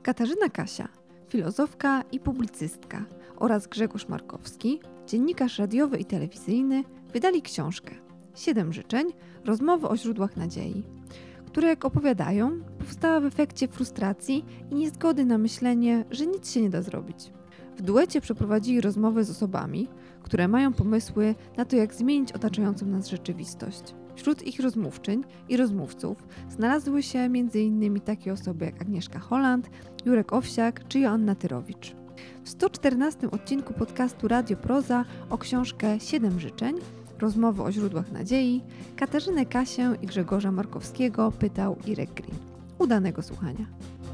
Katarzyna Kasia, filozofka i publicystka, oraz Grzegorz Markowski, dziennikarz radiowy i telewizyjny, wydali książkę 7 życzeń – rozmowy o źródłach nadziei, która, jak opowiadają, powstała w efekcie frustracji i niezgody na myślenie, że nic się nie da zrobić. W duecie przeprowadzili rozmowy z osobami, które mają pomysły na to, jak zmienić otaczającą nas rzeczywistość. Wśród ich rozmówczyń i rozmówców znalazły się m.in. takie osoby jak Agnieszka Holland, Jurek Owsiak czy Joanna Tyrowicz. W 114 odcinku podcastu Radio Proza o książkę 7 życzeń – rozmowy o źródłach nadziei Katarzynę Kasię i Grzegorza Markowskiego pytał Irek Green. Udanego słuchania.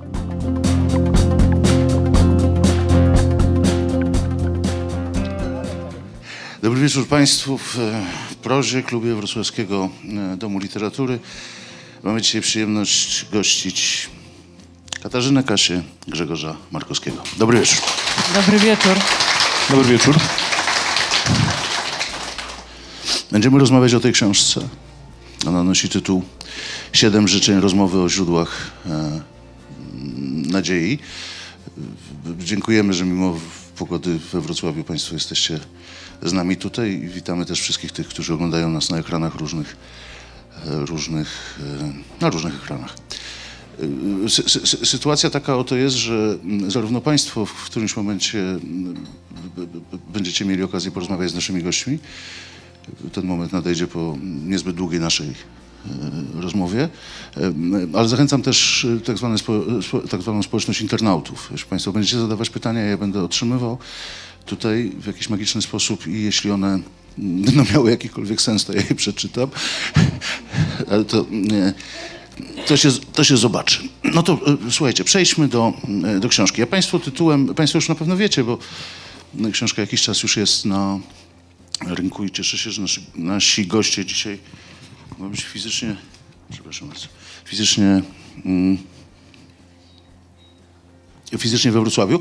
Dobry wieczór Państwu. W Prozie, klubie Wrocławskiego Domu Literatury mamy dzisiaj przyjemność gościć Katarzynę Kasię, Grzegorza Markowskiego. Dobry wieczór. Dobry wieczór. Dobry wieczór. Będziemy rozmawiać o tej książce. Ona nosi tytuł 7 życzeń, rozmowy o źródłach nadziei. Dziękujemy, że mimo pogody we Wrocławiu Państwo jesteście z nami tutaj i witamy też wszystkich tych, którzy oglądają nas na ekranach na różnych ekranach. Sytuacja taka oto jest, że zarówno Państwo w którymś momencie będziecie mieli okazję porozmawiać z naszymi gośćmi. Ten moment nadejdzie po niezbyt długiej naszej rozmowie, ale zachęcam też tak zwaną społeczność internautów. Jeśli Państwo będziecie zadawać pytania, ja będę otrzymywał tutaj w jakiś magiczny sposób i jeśli one będą miały jakikolwiek sens, to ja je przeczytam, ale to się zobaczy. No to słuchajcie, przejdźmy do książki. Ja Państwo już na pewno wiecie, bo książka jakiś czas już jest na rynku i cieszę się, że nasi goście dzisiaj mogą być fizycznie we Wrocławiu,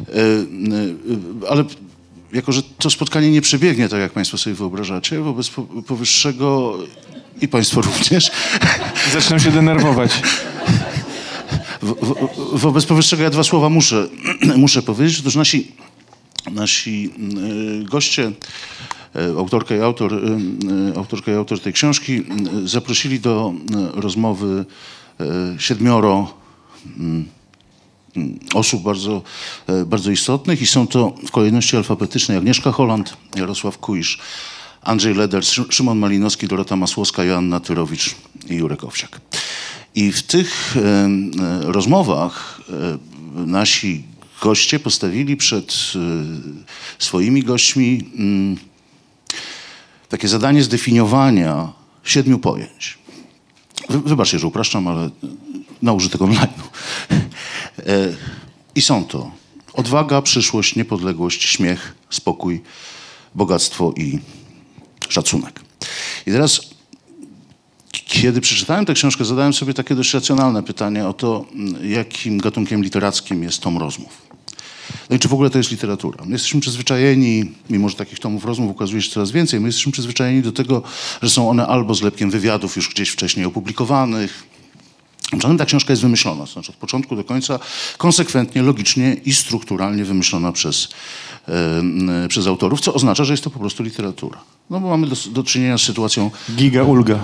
ale jako że to spotkanie nie przebiegnie tak, jak Państwo sobie wyobrażacie, wobec powyższego i Państwo również. Zaczynam się denerwować. Wobec powyższego ja 2 słowa muszę powiedzieć. Otóż nasi goście, autorka i autor tej książki, zaprosili do rozmowy 7 osób bardzo istotnych i są to w kolejności alfabetycznej Agnieszka Holland, Jarosław Kuisz, Andrzej Leder, Szymon Malinowski, Dorota Masłowska, Joanna Tyrowicz i Jurek Owsiak. I w tych rozmowach nasi goście postawili przed swoimi gośćmi takie zadanie zdefiniowania 7 pojęć. Wybaczcie, że upraszczam, ale na użytek online'u. I są to odwaga, przyszłość, niepodległość, śmiech, spokój, bogactwo i szacunek. I teraz, kiedy przeczytałem tę książkę, zadałem sobie takie dość racjonalne pytanie o to, jakim gatunkiem literackim jest tom rozmów. No i czy w ogóle to jest literatura? My jesteśmy przyzwyczajeni, mimo że takich tomów rozmów ukazuje się coraz więcej, my jesteśmy przyzwyczajeni do tego, że są one albo zlepkiem wywiadów już gdzieś wcześniej opublikowanych. Ta książka jest wymyślona, to znaczy od początku do końca konsekwentnie, logicznie i strukturalnie wymyślona przez autorów, co oznacza, że jest to po prostu literatura. No bo mamy do czynienia z sytuacją... Giga ulga.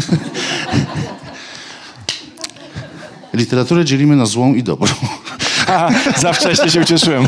Literaturę dzielimy na złą i dobrą. Za wcześnie się ucieszyłem.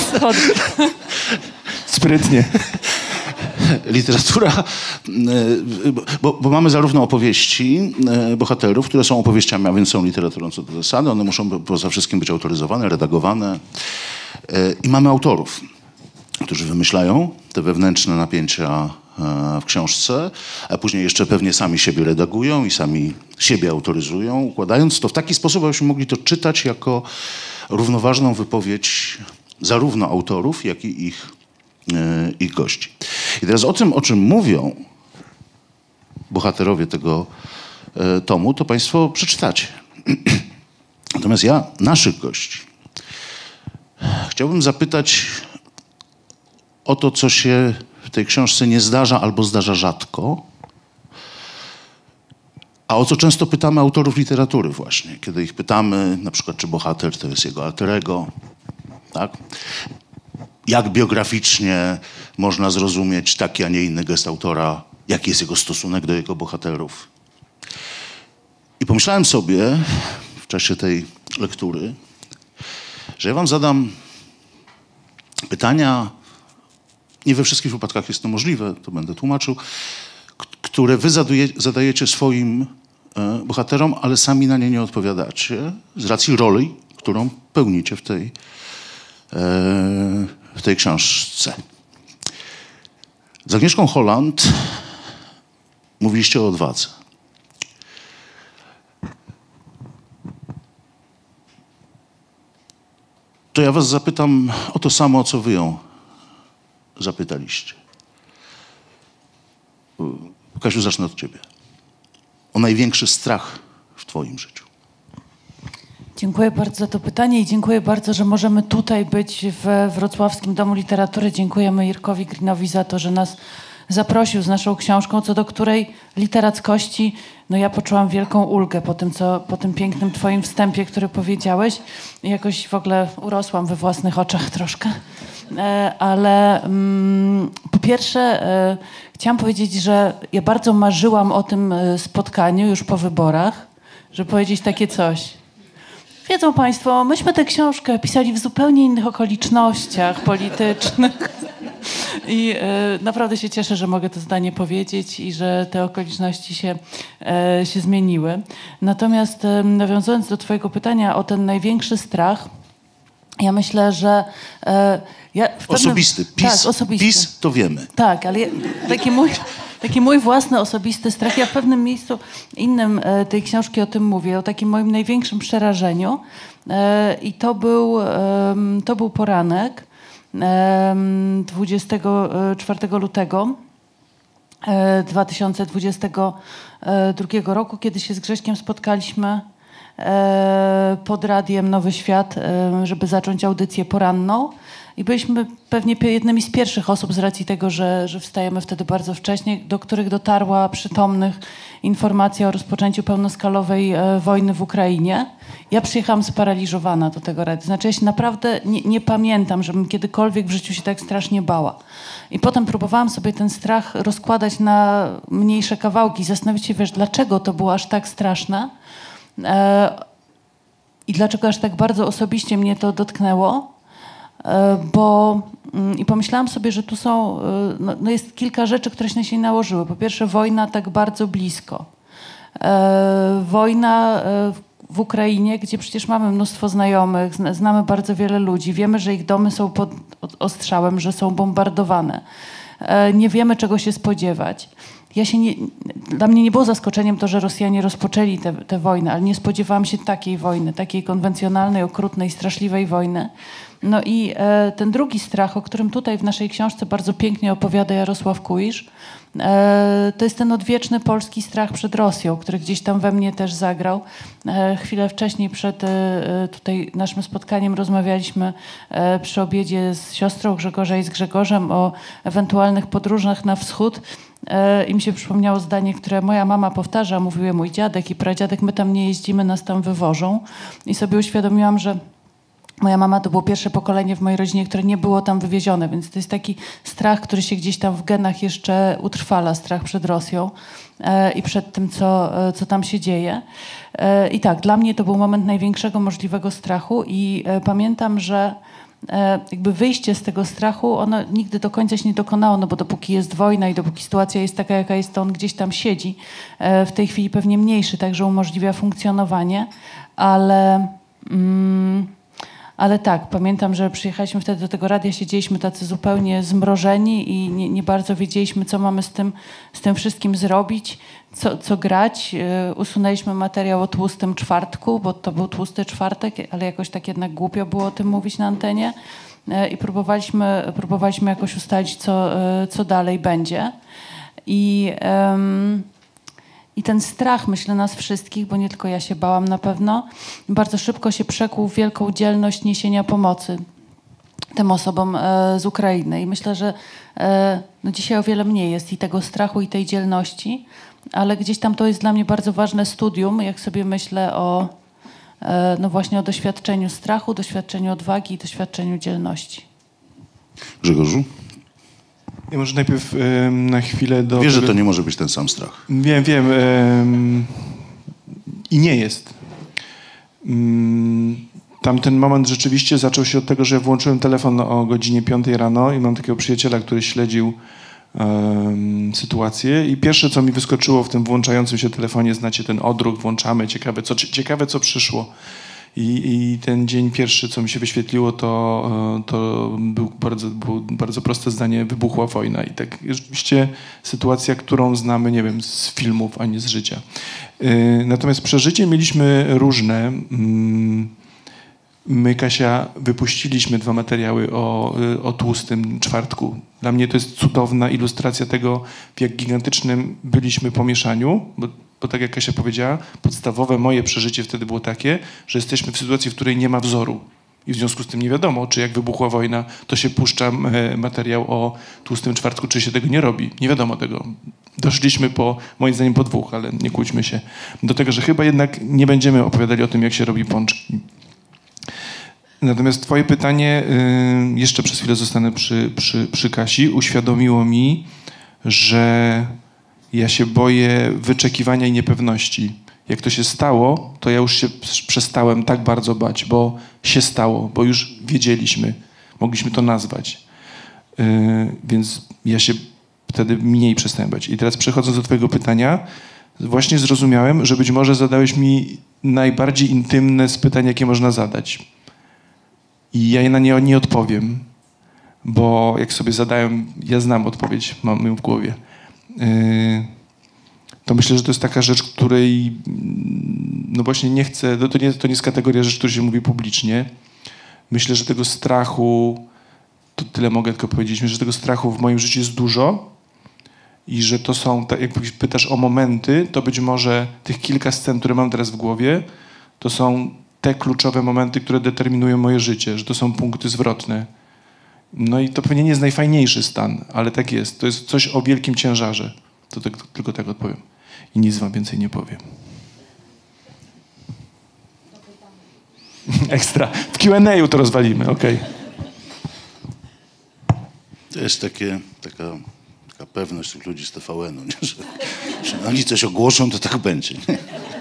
Sprytnie. Literatura, bo mamy zarówno opowieści bohaterów, które są opowieściami, a więc są literaturą co do zasady. One muszą poza wszystkim być autoryzowane, redagowane. I mamy autorów, którzy wymyślają te wewnętrzne napięcia w książce, a później jeszcze pewnie sami siebie redagują i sami siebie autoryzują, układając to w taki sposób, abyśmy mogli to czytać jako równoważną wypowiedź zarówno autorów, jak i ich gości. I teraz o czym mówią bohaterowie tego tomu, to Państwo przeczytacie. Natomiast ja naszych gości chciałbym zapytać o to, co się w tej książce nie zdarza albo zdarza rzadko, A o co często pytamy autorów literatury właśnie, kiedy ich pytamy, na przykład, czy bohater to jest jego alter ego, tak? Jak biograficznie można zrozumieć taki, a nie inny gest autora, jaki jest jego stosunek do jego bohaterów. I pomyślałem sobie w czasie tej lektury, że ja wam zadam pytania, nie we wszystkich wypadkach jest to możliwe, to będę tłumaczył, które wy zadajecie swoim bohaterom, ale sami na nie nie odpowiadacie z racji roli, którą pełnicie w tej książce. Z Agnieszką Holland mówiliście o odwadze. To ja was zapytam o to samo, co wy ją zapytaliście. Kasiu, zacznę od ciebie. O największy strach w twoim życiu. Dziękuję bardzo za to pytanie i dziękuję bardzo, że możemy tutaj być w Wrocławskim Domu Literatury. Dziękujemy Jirkowi Greenowi za to, że nas zaprosił z naszą książką, co do której literackości ja poczułam wielką ulgę po tym pięknym twoim wstępie, który powiedziałeś. Jakoś w ogóle urosłam we własnych oczach troszkę. Ale po pierwsze chciałam powiedzieć, że ja bardzo marzyłam o tym spotkaniu już po wyborach, żeby powiedzieć takie coś. Wiedzą państwo, myśmy tę książkę pisali w zupełnie innych okolicznościach politycznych. I naprawdę się cieszę, że mogę to zdanie powiedzieć i że te okoliczności się zmieniły. Natomiast nawiązując do twojego pytania o ten największy strach, ja myślę, że osobisty. PiS, osobisty. PiS to wiemy. Tak, ale taki mój własny osobisty strach. Ja w pewnym miejscu innym tej książki o tym mówię, o takim moim największym przerażeniu. I to był poranek 24 lutego 2022 roku, kiedy się z Grześkiem spotkaliśmy pod radiem Nowy Świat, żeby zacząć audycję poranną. I byliśmy pewnie jednymi z pierwszych osób z racji tego, że wstajemy wtedy bardzo wcześnie, do których dotarła przytomnych informacja o rozpoczęciu pełnoskalowej wojny w Ukrainie. Ja przyjechałam sparaliżowana do tego radia. Znaczy ja się naprawdę nie pamiętam, żebym kiedykolwiek w życiu się tak strasznie bała. I potem próbowałam sobie ten strach rozkładać na mniejsze kawałki, zastanowić się, dlaczego to było aż tak straszne i dlaczego aż tak bardzo osobiście mnie to dotknęło. I pomyślałam sobie, że tu jest kilka rzeczy, które się na siebie nałożyły. Po pierwsze, wojna tak bardzo blisko. Wojna w Ukrainie, gdzie przecież mamy mnóstwo znajomych, znamy bardzo wiele ludzi. Wiemy, że ich domy są pod ostrzałem, że są bombardowane. Nie wiemy, czego się spodziewać. Dla mnie nie było zaskoczeniem to, że Rosjanie rozpoczęli tę wojnę, ale nie spodziewałam się takiej wojny, takiej konwencjonalnej, okrutnej, straszliwej wojny. No i ten drugi strach, o którym tutaj w naszej książce bardzo pięknie opowiada Jarosław Kuisz, to jest ten odwieczny polski strach przed Rosją, który gdzieś tam we mnie też zagrał. Chwilę wcześniej przed tutaj naszym spotkaniem rozmawialiśmy przy obiedzie z siostrą Grzegorza i z Grzegorzem o ewentualnych podróżach na wschód. I mi się przypomniało zdanie, które moja mama powtarza, mówiły mój dziadek i pradziadek, my tam nie jeździmy, nas tam wywożą. I sobie uświadomiłam, że moja mama to było pierwsze pokolenie w mojej rodzinie, które nie było tam wywiezione, więc to jest taki strach, który się gdzieś tam w genach jeszcze utrwala, strach przed Rosją i przed tym, co tam się dzieje. I tak, dla mnie to był moment największego możliwego strachu i pamiętam, że jakby wyjście z tego strachu, ono nigdy do końca się nie dokonało, no bo dopóki jest wojna i dopóki sytuacja jest taka, jaka jest, to on gdzieś tam siedzi. W tej chwili pewnie mniejszy, także umożliwia funkcjonowanie, ale tak, pamiętam, że przyjechaliśmy wtedy do tego radia, siedzieliśmy tacy zupełnie zmrożeni i nie bardzo wiedzieliśmy, co mamy z tym wszystkim zrobić, co grać. Usunęliśmy materiał o tłustym czwartku, bo to był tłusty czwartek, ale jakoś tak jednak głupio było o tym mówić na antenie i próbowaliśmy jakoś ustalić, co dalej będzie. I ten strach, myślę, nas wszystkich, bo nie tylko ja się bałam na pewno, bardzo szybko się przekuł w wielką dzielność niesienia pomocy. tym osobom z Ukrainy. I myślę, że no dzisiaj o wiele mniej jest i tego strachu, i tej dzielności, ale gdzieś tam to jest dla mnie bardzo ważne studium, jak sobie myślę o no właśnie o doświadczeniu strachu, doświadczeniu odwagi i doświadczeniu dzielności. Grzegorzu? Ja może najpierw na chwilę do... Wiesz, że to nie może być ten sam strach. Wiem. I nie jest. Tamten moment rzeczywiście zaczął się od tego, że włączyłem telefon o godzinie 5 rano i mam takiego przyjaciela, który śledził sytuację i pierwsze, co mi wyskoczyło w tym włączającym się telefonie, znacie ten odruch, włączamy, ciekawe co przyszło. I ten dzień pierwszy, co mi się wyświetliło, to było bardzo proste zdanie: wybuchła wojna. I tak rzeczywiście sytuacja, którą znamy, nie wiem, z filmów, a nie z życia. Natomiast przeżycie mieliśmy różne. My, Kasia, wypuściliśmy 2 materiały o tłustym czwartku. Dla mnie to jest cudowna ilustracja tego, w jak gigantycznym byliśmy pomieszaniu, bo tak jak Kasia powiedziała, podstawowe moje przeżycie wtedy było takie, że jesteśmy w sytuacji, w której nie ma wzoru. I w związku z tym nie wiadomo, czy jak wybuchła wojna, to się puszcza materiał o tłustym czwartku, czy się tego nie robi. Nie wiadomo tego. Doszliśmy moim zdaniem po 2, ale nie kłóćmy się, do tego, że chyba jednak nie będziemy opowiadali o tym, jak się robi pączki. Natomiast twoje pytanie, jeszcze przez chwilę zostanę przy Kasi, uświadomiło mi, że ja się boję wyczekiwania i niepewności. Jak to się stało, to ja już się przestałem tak bardzo bać, bo się stało, bo już wiedzieliśmy, mogliśmy to nazwać. Więc ja się wtedy mniej przestałem bać. I teraz przechodząc do twojego pytania, właśnie zrozumiałem, że być może zadałeś mi najbardziej intymne z pytań, jakie można zadać. I ja na nie odpowiem, bo jak sobie zadałem, ja znam odpowiedź, mam ją w głowie. To myślę, że to jest taka rzecz, której no właśnie nie chcę, to nie jest kategoria rzeczy, która się mówi publicznie. Myślę, że tego strachu, to tyle mogę tylko powiedzieć, że tego strachu w moim życiu jest dużo i że to są, jak pytasz o momenty, to być może tych kilka scen, które mam teraz w głowie, to są te kluczowe momenty, które determinują moje życie, że to są punkty zwrotne. No i to pewnie nie jest najfajniejszy stan, ale tak jest. To jest coś o wielkim ciężarze. To tylko tak odpowiem. I nic wam więcej nie powiem. Ekstra. W Q&A to rozwalimy, okej. To jest taka pewność tych ludzi z TVN-u, nie? Że oni coś ogłoszą, to tak będzie. Nie?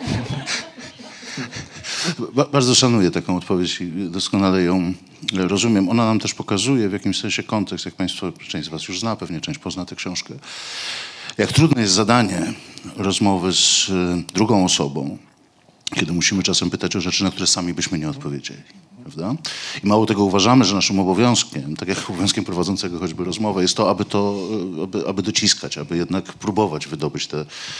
Bardzo szanuję taką odpowiedź i doskonale ją rozumiem. Ona nam też pokazuje w jakimś sensie kontekst, jak państwo, część z was już zna, pewnie część pozna tę książkę, jak trudne jest zadanie rozmowy z drugą osobą, kiedy musimy czasem pytać o rzeczy, na które sami byśmy nie odpowiedzieli. Prawda? I mało tego, uważamy, że naszym obowiązkiem, tak jak obowiązkiem prowadzącego choćby rozmowę, jest to, aby dociskać, aby jednak próbować wydobyć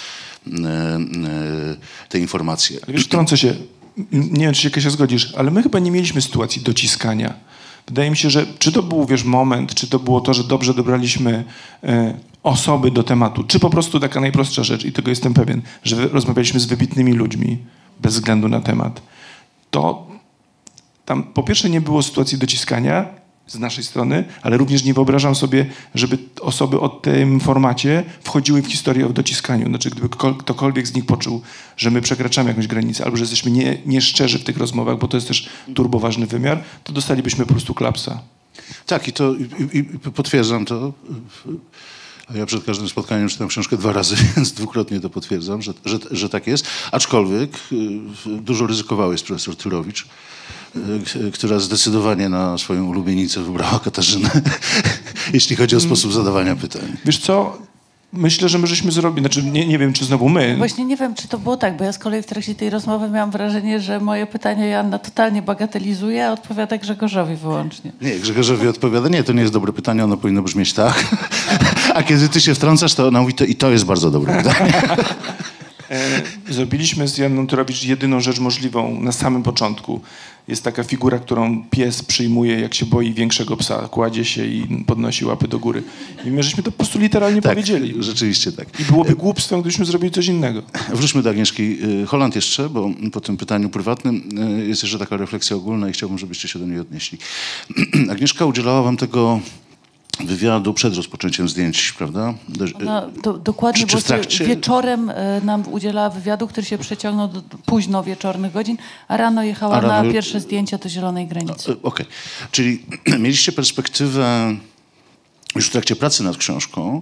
te informacje. Wiesz, wtrącę się. Nie wiem, czy się zgodzisz, ale my chyba nie mieliśmy sytuacji dociskania. Wydaje mi się, że czy to był, moment, czy to było to, że dobrze dobraliśmy osoby do tematu, czy po prostu taka najprostsza rzecz, i tego jestem pewien, że rozmawialiśmy z wybitnymi ludźmi bez względu na temat. To tam po pierwsze nie było sytuacji dociskania z naszej strony, ale również nie wyobrażam sobie, żeby osoby o tym formacie wchodziły w historię o dociskaniu. Znaczy, gdyby ktokolwiek z nich poczuł, że my przekraczamy jakąś granicę albo że jesteśmy nieszczerzy w tych rozmowach, bo to jest też turboważny wymiar, to dostalibyśmy po prostu klapsa. Tak, i potwierdzam to. Ja przed każdym spotkaniem czytam książkę 2 razy, więc dwukrotnie to potwierdzam, że tak jest. Aczkolwiek dużo ryzykowałeś z profesor Tyrowicz, która zdecydowanie na swoją ulubienicę wybrała Katarzynę, jeśli chodzi o sposób zadawania pytań. Wiesz co? Myślę, że my żeśmy zrobili, znaczy nie wiem, czy znowu my. Właśnie nie wiem, czy to było tak, bo ja z kolei w trakcie tej rozmowy miałam wrażenie, że moje pytanie Joanna totalnie bagatelizuje, a odpowiada Grzegorzowi wyłącznie. Nie, Grzegorzowi odpowiada, nie, to nie jest dobre pytanie, ono powinno brzmieć tak. A kiedy ty się wtrącasz, to ona mówi, to jest bardzo dobre pytanie. Zrobiliśmy z Janną Turowicz jedyną rzecz możliwą na samym początku. Jest taka figura, którą pies przyjmuje, jak się boi większego psa. Kładzie się i podnosi łapy do góry. I my żeśmy to po prostu literalnie powiedzieli. Rzeczywiście tak. I byłoby głupstwem, gdybyśmy zrobili coś innego. Wróćmy do Agnieszki Holland jeszcze, bo po tym pytaniu prywatnym jest jeszcze taka refleksja ogólna i chciałbym, żebyście się do niej odnieśli. Agnieszka udzielała wam tego wywiadu przed rozpoczęciem zdjęć, prawda? Dokładnie, czy w trakcie? Wieczorem nam udzielała wywiadu, który się przeciągnął do późno wieczornych godzin, a rano jechała na pierwsze zdjęcia do Zielonej Granicy. Okej. Czyli mieliście perspektywę już w trakcie pracy nad książką,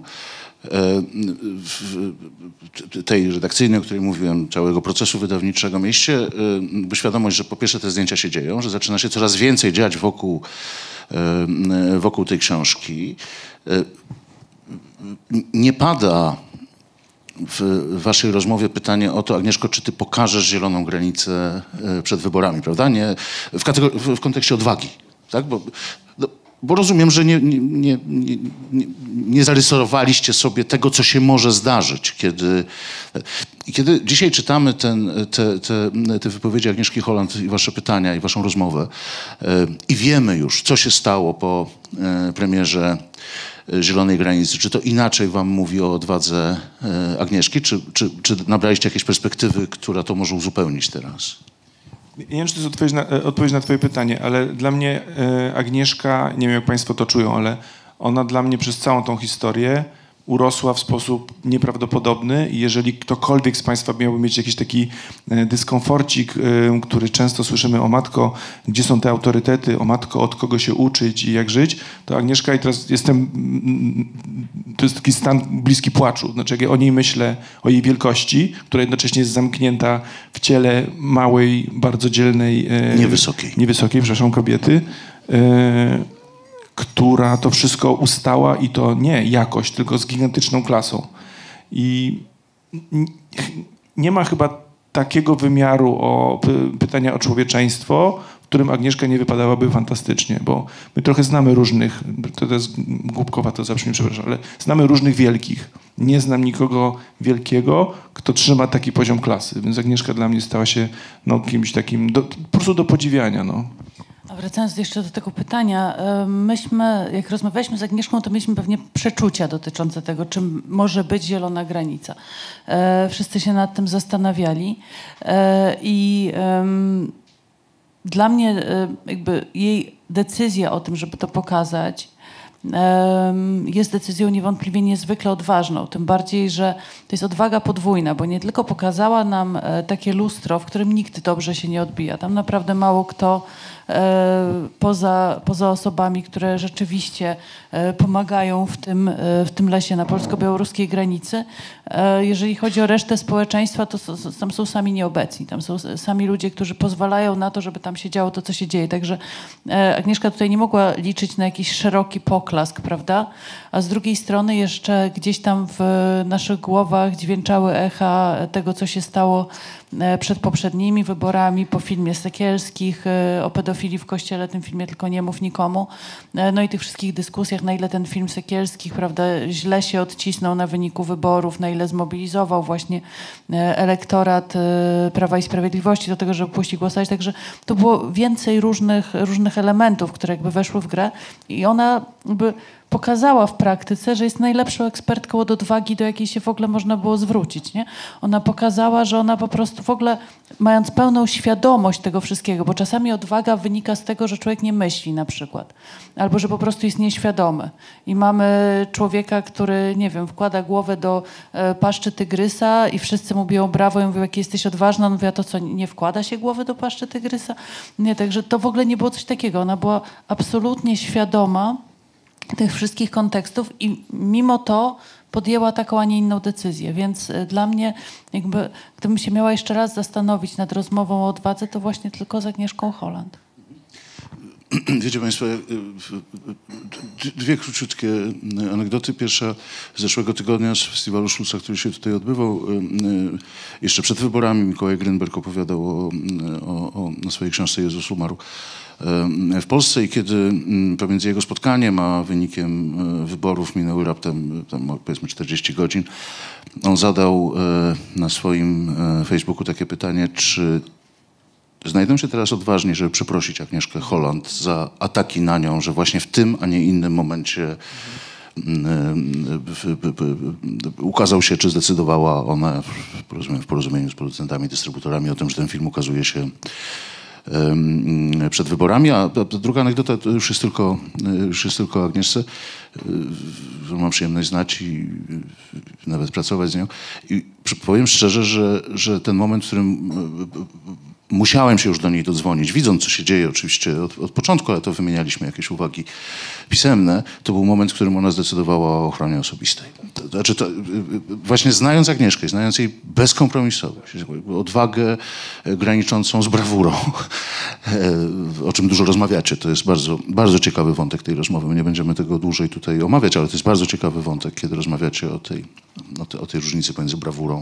tej redakcyjnej, o której mówiłem, całego procesu wydawniczego, mieliście świadomość, że po pierwsze te zdjęcia się dzieją, że zaczyna się coraz więcej dziać wokół tej książki. Nie pada w waszej rozmowie pytanie o to, Agnieszko, czy ty pokażesz Zieloną Granicę przed wyborami, prawda? Nie, w kontekście odwagi, tak? Bo rozumiem, że nie zarysowaliście sobie tego, co się może zdarzyć, kiedy dzisiaj czytamy te wypowiedzi Agnieszki Holland i wasze pytania i waszą rozmowę i wiemy już, co się stało po premierze Zielonej Granicy. Czy to inaczej wam mówi o odwadze Agnieszki, czy nabraliście jakieś perspektywy, która to może uzupełnić teraz? Ja nie wiem, czy to jest odpowiedź na twoje pytanie, ale dla mnie Agnieszka, nie wiem jak państwo to czują, ale ona dla mnie przez całą tą historię urosła w sposób nieprawdopodobny i jeżeli ktokolwiek z państwa miałby mieć jakiś taki dyskomforcik, który często słyszymy o matko, gdzie są te autorytety, o matko, od kogo się uczyć i jak żyć, to Agnieszka i teraz to jest taki stan bliski płaczu. Znaczy jak ja o niej myślę, o jej wielkości, która jednocześnie jest zamknięta w ciele małej, bardzo dzielnej... Niewysokiej, przepraszam, kobiety, która to wszystko ustała i to nie jakoś, tylko z gigantyczną klasą. I nie ma chyba takiego wymiaru pytania o człowieczeństwo, w którym Agnieszka nie wypadałaby fantastycznie, bo my trochę znamy różnych, to jest głupkowa, to zabrzmi, przepraszam, ale znamy różnych wielkich. Nie znam nikogo wielkiego, kto trzyma taki poziom klasy, więc Agnieszka dla mnie stała się kimś takim po prostu do podziwiania. A wracając jeszcze do tego pytania, myśmy, jak rozmawialiśmy z Agnieszką, to mieliśmy pewnie przeczucia dotyczące tego, czym może być Zielona Granica. Wszyscy się nad tym zastanawiali i dla mnie jakby jej decyzja o tym, żeby to pokazać, jest decyzją niewątpliwie niezwykle odważną. Tym bardziej, że to jest odwaga podwójna, bo nie tylko pokazała nam takie lustro, w którym nikt dobrze się nie odbija. Tam naprawdę mało kto poza osobami, które rzeczywiście pomagają w tym lesie na polsko-białoruskiej granicy. Jeżeli chodzi o resztę społeczeństwa, to tam są sami nieobecni. Tam są sami ludzie, którzy pozwalają na to, żeby tam się działo to, co się dzieje. Także Agnieszka tutaj nie mogła liczyć na jakiś szeroki poklask, prawda? A z drugiej strony jeszcze gdzieś tam w naszych głowach dźwięczały echa tego, co się stało przed poprzednimi wyborami, po filmie Sekielskich, o pedofilii w kościele, tym filmie Tylko nie mów nikomu. No i tych wszystkich dyskusjach, na ile ten film Sekielskich, prawda, źle się odcisnął na wyniku wyborów, na ile zmobilizował właśnie elektorat Prawa i Sprawiedliwości do tego, żeby pójść głosować. Także to było więcej różnych elementów, które jakby weszły w grę i ona jakby pokazała w praktyce, że jest najlepszą ekspertką od odwagi, do jakiej się w ogóle można było zwrócić. Nie? Ona pokazała, że ona po prostu w ogóle, mając pełną świadomość tego wszystkiego, bo czasami odwaga wynika z tego, że człowiek nie myśli na przykład, albo że po prostu jest nieświadomy. I mamy człowieka, który, nie wiem, wkłada głowę do paszczy tygrysa i wszyscy mu biją brawo i mówią, jak jesteś odważna. On mówi, a to co, nie wkłada się głowy do paszczy tygrysa? Nie, także to w ogóle nie było coś takiego. Ona była absolutnie świadoma tych wszystkich kontekstów i mimo to podjęła taką, a nie inną decyzję. Więc dla mnie, jakby, gdybym się miała jeszcze raz zastanowić nad rozmową o odwadze, to właśnie tylko z Agnieszką Holland. wiecie państwo, dwie króciutkie anegdoty. Pierwsza z zeszłego tygodnia z festiwalu Szulca, który się tutaj odbywał. Jeszcze przed wyborami Mikołaj Grynberg opowiadał o swojej książce Jezus umarł w Polsce i kiedy pomiędzy jego spotkaniem a wynikiem wyborów minęły raptem tam, powiedzmy 40 godzin, on zadał na swoim Facebooku takie pytanie, czy znajdą się teraz odważni, żeby przeprosić Agnieszkę Holland za ataki na nią, że właśnie w tym, a nie innym momencie ukazał się, czy zdecydowała ona w porozumieniu z producentami, dystrybutorami o tym, że ten film ukazuje się przed wyborami, a druga anegdota to już jest tylko o Agnieszce, którą mam przyjemność znać i nawet pracować z nią. I powiem szczerze, że ten moment, w którym musiałem się już do niej dodzwonić, widząc, co się dzieje oczywiście od początku, ale to wymienialiśmy jakieś uwagi pisemne, to był moment, w którym ona zdecydowała o ochronie osobistej. Znaczy właśnie znając Agnieszkę, znając jej bezkompromisowość, odwagę graniczącą z brawurą, o czym dużo rozmawiacie, to jest bardzo, bardzo ciekawy wątek tej rozmowy. My nie będziemy tego dłużej tutaj omawiać, ale to jest bardzo ciekawy wątek, kiedy rozmawiacie o tej różnicy pomiędzy brawurą,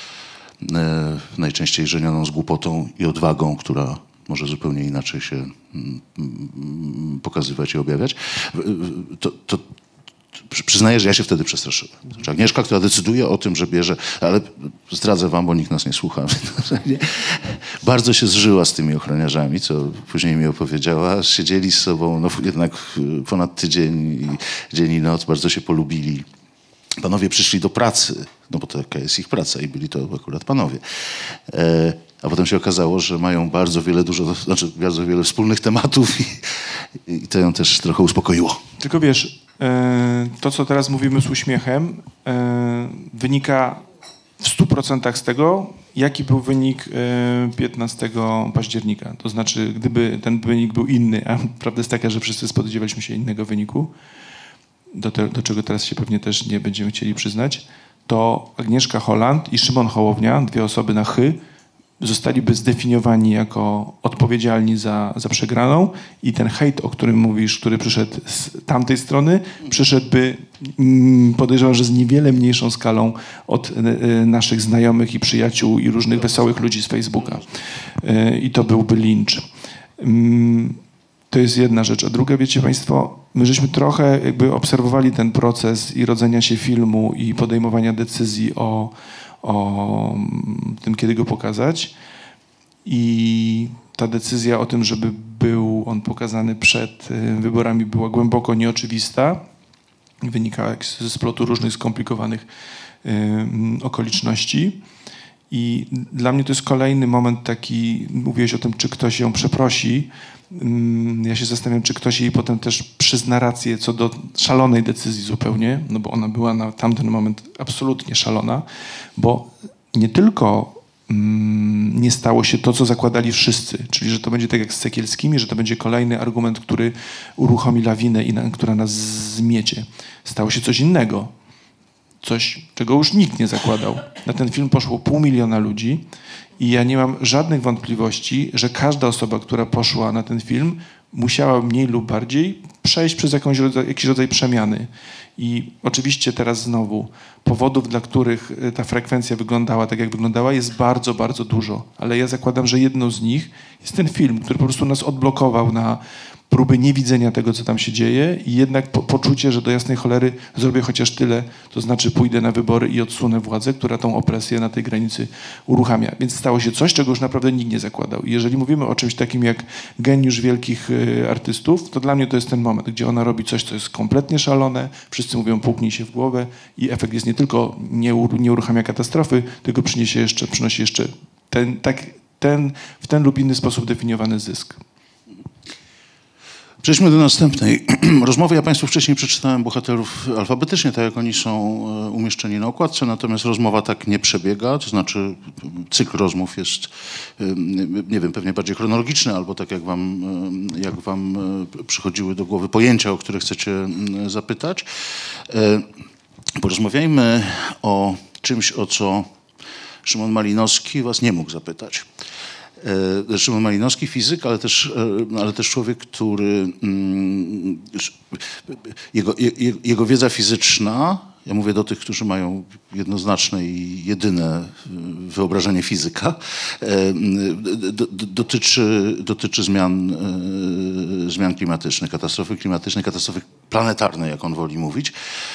najczęściej żenioną z głupotą i odwagą, która może zupełnie inaczej się pokazywać i objawiać. To przyznaję, że ja się wtedy przestraszyłem. Znaczy Agnieszka, która decyduje o tym, że bierze, ale zdradzę wam, bo nikt nas nie słucha, bardzo się zżyła z tymi ochroniarzami, co później mi opowiedziała. Siedzieli z sobą jednak ponad tydzień, dzień i noc, bardzo się polubili. Panowie przyszli do pracy, no bo to jaka jest ich praca i byli to akurat panowie. A potem się okazało, że mają bardzo wiele wspólnych tematów i to ją też trochę uspokoiło. Tylko wiesz, to co teraz mówimy z uśmiechem wynika w 100% z tego, jaki był wynik 15 października. To znaczy, gdyby ten wynik był inny, a prawda jest taka, że wszyscy spodziewaliśmy się innego wyniku, do czego teraz się pewnie też nie będziemy chcieli przyznać, to Agnieszka Holland i Szymon Hołownia, dwie osoby na chy, zostaliby zdefiniowani jako odpowiedzialni za przegraną i ten hejt, o którym mówisz, który przyszedł z tamtej strony, przyszedłby, podejrzewam, że z niewiele mniejszą skalą od naszych znajomych i przyjaciół i różnych wesołych ludzi z Facebooka. I to byłby lincz. To jest jedna rzecz. A druga, wiecie państwo, my żeśmy trochę jakby obserwowali ten proces i rodzenia się filmu i podejmowania decyzji o tym, kiedy go pokazać. I ta decyzja o tym, żeby był on pokazany przed wyborami, była głęboko nieoczywista. Wynikała ze splotu różnych skomplikowanych okoliczności. I dla mnie to jest kolejny moment taki, mówiłeś o tym, czy ktoś ją przeprosi. Ja się zastanawiam, czy ktoś jej potem też przyzna rację co do szalonej decyzji zupełnie, no bo ona była na tamten moment absolutnie szalona, bo nie tylko nie stało się to, co zakładali wszyscy, czyli że to będzie tak jak z Sekielskimi, że to będzie kolejny argument, który uruchomi lawinę i która nas zmiecie. Stało się coś innego. Coś, czego już nikt nie zakładał. Na ten film poszło 500 000 ludzi i ja nie mam żadnych wątpliwości, że każda osoba, która poszła na ten film, musiała mniej lub bardziej przejść przez jakiś rodzaj przemiany. I oczywiście teraz znowu powodów, dla których ta frekwencja wyglądała tak, jak wyglądała, jest bardzo, bardzo dużo. Ale ja zakładam, że jedną z nich jest ten film, który po prostu nas odblokował na próby niewidzenia tego, co tam się dzieje i jednak poczucie, że do jasnej cholery zrobię chociaż tyle, to znaczy pójdę na wybory i odsunę władzę, która tą opresję na tej granicy uruchamia. Więc stało się coś, czego już naprawdę nikt nie zakładał. I jeżeli mówimy o czymś takim jak geniusz wielkich artystów, to dla mnie to jest ten moment, gdzie ona robi coś, co jest kompletnie szalone, wszyscy mówią puknij się w głowę i efekt jest nie tylko nie uruchamia katastrofy, tylko przynosi jeszcze w ten lub inny sposób definiowany zysk. Przejdźmy do następnej rozmowy. Ja Państwu wcześniej przeczytałem bohaterów alfabetycznie, tak jak oni są umieszczeni na okładce, natomiast rozmowa tak nie przebiega, to znaczy cykl rozmów jest, nie wiem, pewnie bardziej chronologiczny, albo tak jak wam przychodziły do głowy pojęcia, o które chcecie zapytać. Porozmawiajmy o czymś, o co Szymon Malinowski was nie mógł zapytać. Szymon Malinowski, fizyk, ale też człowiek, który jego wiedza fizyczna, ja mówię do tych, którzy mają jednoznaczne i jedyne wyobrażenie fizyka, dotyczy zmian klimatycznych, katastrofy planetarnej, jak on woli mówić.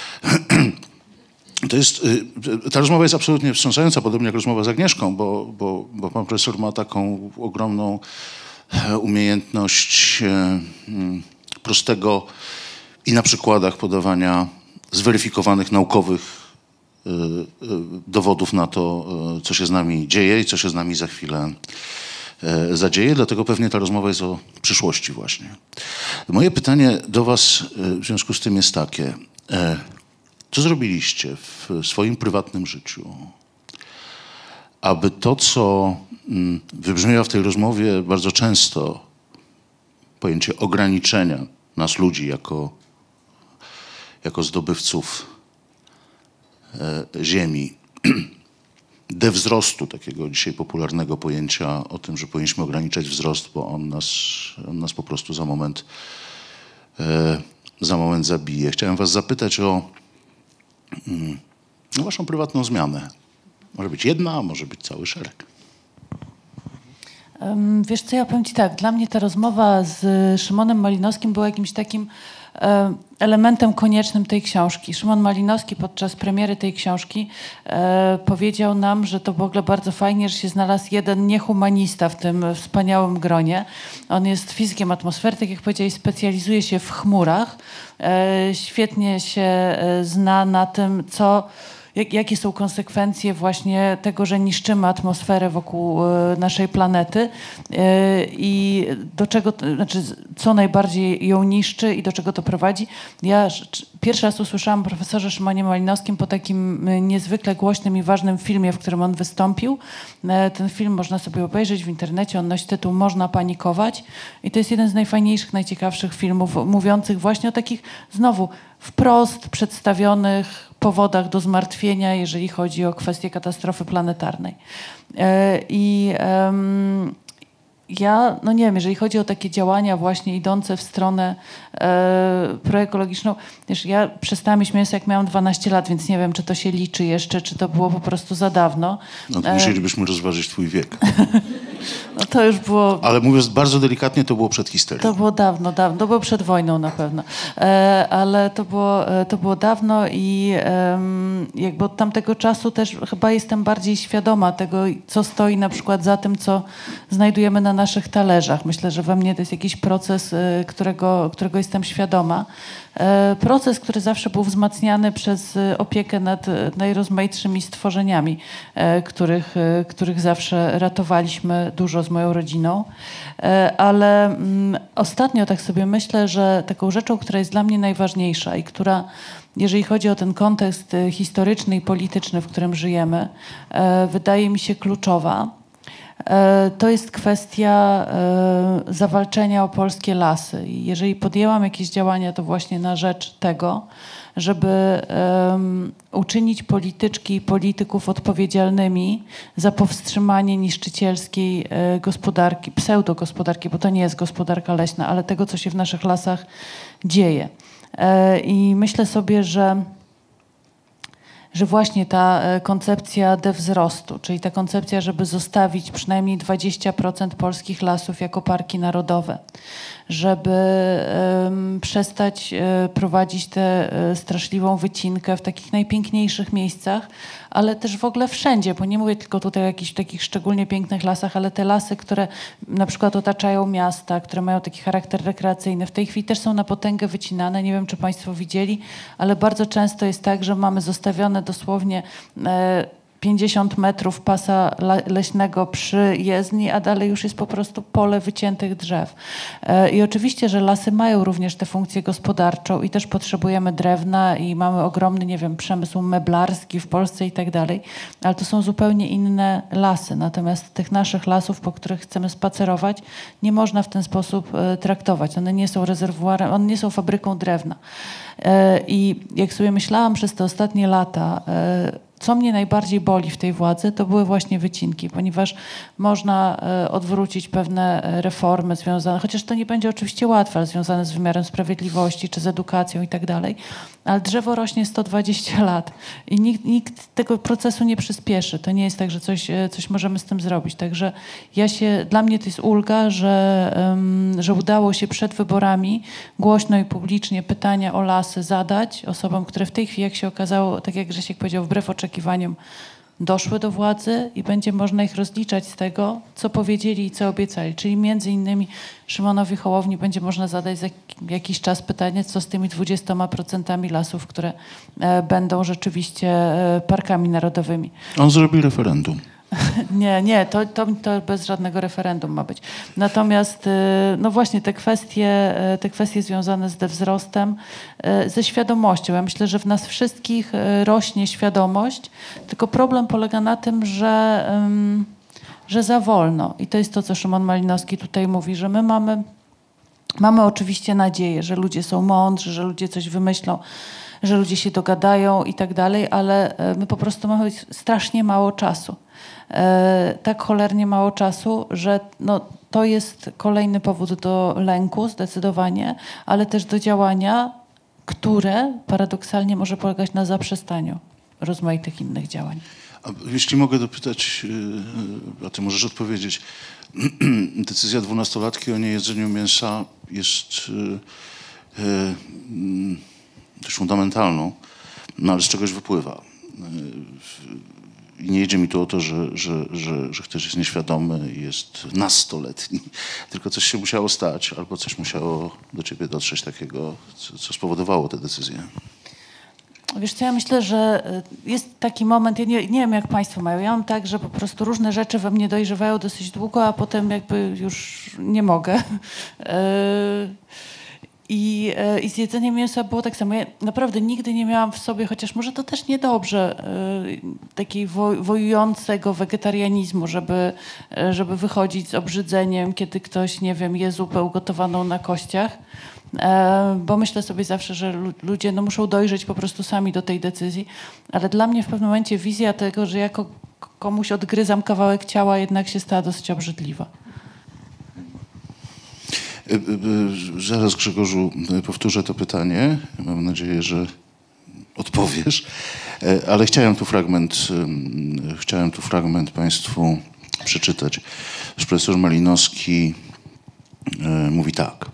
Ta rozmowa jest absolutnie wstrząsająca, podobnie jak rozmowa z Agnieszką, bo pan profesor ma taką ogromną umiejętność prostego i na przykładach podawania zweryfikowanych naukowych dowodów na to, co się z nami dzieje i co się z nami za chwilę zadzieje. Dlatego pewnie ta rozmowa jest o przyszłości właśnie. Moje pytanie do was w związku z tym jest takie. Co zrobiliście w swoim prywatnym życiu, aby to, co wybrzmiewa w tej rozmowie bardzo często, pojęcie ograniczenia nas ludzi jako zdobywców ziemi, dewzrostu, takiego dzisiaj popularnego pojęcia o tym, że powinniśmy ograniczać wzrost, bo on nas po prostu za moment zabije. Chciałem was zapytać o waszą prywatną zmianę. Może być jedna, a może być cały szereg. Wiesz co, ja powiem ci tak, dla mnie ta rozmowa z Szymonem Malinowskim była jakimś takim elementem koniecznym tej książki. Szymon Malinowski podczas premiery tej książki powiedział nam, że to w ogóle bardzo fajnie, że się znalazł jeden niehumanista w tym wspaniałym gronie. On jest fizykiem atmosfery, tak jak powiedziałeś, specjalizuje się w chmurach. Świetnie się zna na tym, jakie są konsekwencje właśnie tego, że niszczymy atmosferę wokół naszej planety i do czego, co najbardziej ją niszczy i do czego to prowadzi. Ja pierwszy raz usłyszałam o profesorze Szymonie Malinowskim po takim niezwykle głośnym i ważnym filmie, w którym on wystąpił. Ten film można sobie obejrzeć w internecie, on nosi tytuł Można panikować i to jest jeden z najfajniejszych, najciekawszych filmów mówiących właśnie o takich znowu wprost przedstawionych powodach do zmartwienia, jeżeli chodzi o kwestię katastrofy planetarnej. Ja, no nie wiem, jeżeli chodzi o takie działania właśnie idące w stronę proekologiczną, wiesz, ja przestałam mieć mięso, jak miałam 12 lat, więc nie wiem, czy to się liczy jeszcze, czy to było po prostu za dawno. No to musielibyśmy rozważyć twój wiek. No to już było... Ale mówiąc bardzo delikatnie, to było przed historią. To było dawno. To było przed wojną na pewno. Ale to było dawno i jakby od tamtego czasu też chyba jestem bardziej świadoma tego, co stoi na przykład za tym, co znajdujemy na naszych talerzach. Myślę, że we mnie to jest jakiś proces, którego jestem świadoma. Proces, który zawsze był wzmacniany przez opiekę nad najrozmaitszymi stworzeniami, których zawsze ratowaliśmy dużo z moją rodziną. Ale ostatnio tak sobie myślę, że taką rzeczą, która jest dla mnie najważniejsza i która, jeżeli chodzi o ten kontekst historyczny i polityczny, w którym żyjemy, wydaje mi się kluczowa, to jest kwestia zawalczenia o polskie lasy. I jeżeli podjęłam jakieś działania, to właśnie na rzecz tego, żeby uczynić polityczki i polityków odpowiedzialnymi za powstrzymanie niszczycielskiej gospodarki, pseudogospodarki, bo to nie jest gospodarka leśna, ale tego, co się w naszych lasach dzieje. I myślę sobie, że właśnie ta koncepcja dewzrostu, czyli ta koncepcja, żeby zostawić przynajmniej 20% polskich lasów jako parki narodowe, żeby przestać prowadzić tę straszliwą wycinkę w takich najpiękniejszych miejscach, ale też w ogóle wszędzie, bo nie mówię tylko tutaj o jakichś takich szczególnie pięknych lasach, ale te lasy, które na przykład otaczają miasta, które mają taki charakter rekreacyjny, w tej chwili też są na potęgę wycinane. Nie wiem, czy państwo widzieli, ale bardzo często jest tak, że mamy zostawione dosłownie 50 metrów pasa leśnego przy jezdni, a dalej już jest po prostu pole wyciętych drzew. I oczywiście, że lasy mają również tę funkcję gospodarczą i też potrzebujemy drewna i mamy ogromny, nie wiem, przemysł meblarski w Polsce i tak dalej, ale to są zupełnie inne lasy. Natomiast tych naszych lasów, po których chcemy spacerować, nie można w ten sposób traktować. One nie są rezerwuarem, one nie są fabryką drewna. I jak sobie myślałam przez te ostatnie lata, co mnie najbardziej boli w tej władzy, to były właśnie wycinki, ponieważ można odwrócić pewne reformy związane, chociaż to nie będzie oczywiście łatwe, ale związane z wymiarem sprawiedliwości czy z edukacją i tak dalej, ale drzewo rośnie 120 lat i nikt tego procesu nie przyspieszy. To nie jest tak, że coś możemy z tym zrobić. Także dla mnie to jest ulga, że udało się przed wyborami głośno i publicznie pytania o lasy zadać osobom, które w tej chwili, jak się okazało, tak jak Grzesiek powiedział, wbrew oczekiwaniom doszły do władzy i będzie można ich rozliczać z tego, co powiedzieli i co obiecali. Czyli między innymi Szymonowi Hołowni będzie można zadać za jakiś czas pytanie, co z tymi 20% lasów, które będą rzeczywiście parkami narodowymi. On zrobi referendum. Nie, to bez żadnego referendum ma być. Natomiast no właśnie te kwestie związane z wzrostem, ze świadomością. Ja myślę, że w nas wszystkich rośnie świadomość, tylko problem polega na tym, że za wolno. I to jest to, co Szymon Malinowski tutaj mówi, że my mamy oczywiście nadzieję, że ludzie są mądrzy, że ludzie coś wymyślą, że ludzie się dogadają i tak dalej, ale my po prostu mamy strasznie mało czasu. Tak cholernie mało czasu, że no, to jest kolejny powód do lęku zdecydowanie, ale też do działania, które paradoksalnie może polegać na zaprzestaniu rozmaitych innych działań. A jeśli mogę dopytać, a ty możesz odpowiedzieć, decyzja 12-latki o niejedzeniu mięsa jest też fundamentalną, no ale z czegoś wypływa. I nie idzie mi tu o to, że ktoś jest nieświadomy i jest nastoletni, tylko coś się musiało stać, albo coś musiało do ciebie dotrzeć takiego, co spowodowało tę decyzję. Wiesz co, ja myślę, że jest taki moment, ja nie wiem jak państwo mają, ja mam tak, że po prostu różne rzeczy we mnie dojrzewają dosyć długo, a potem jakby już nie mogę. I z jedzeniem mięsa było tak samo. Ja naprawdę nigdy nie miałam w sobie, chociaż może to też niedobrze, takiej wojującego wegetarianizmu, żeby wychodzić z obrzydzeniem, kiedy ktoś, nie wiem, je zupę ugotowaną na kościach. Bo myślę sobie zawsze, że ludzie no, muszą dojrzeć po prostu sami do tej decyzji. Ale dla mnie w pewnym momencie wizja tego, że ja komuś odgryzam kawałek ciała, jednak się stała dosyć obrzydliwa. Zaraz, Grzegorzu, powtórzę to pytanie. Mam nadzieję, że odpowiesz. Ale chciałem tu fragment Państwu przeczytać. Profesor Malinowski mówi tak.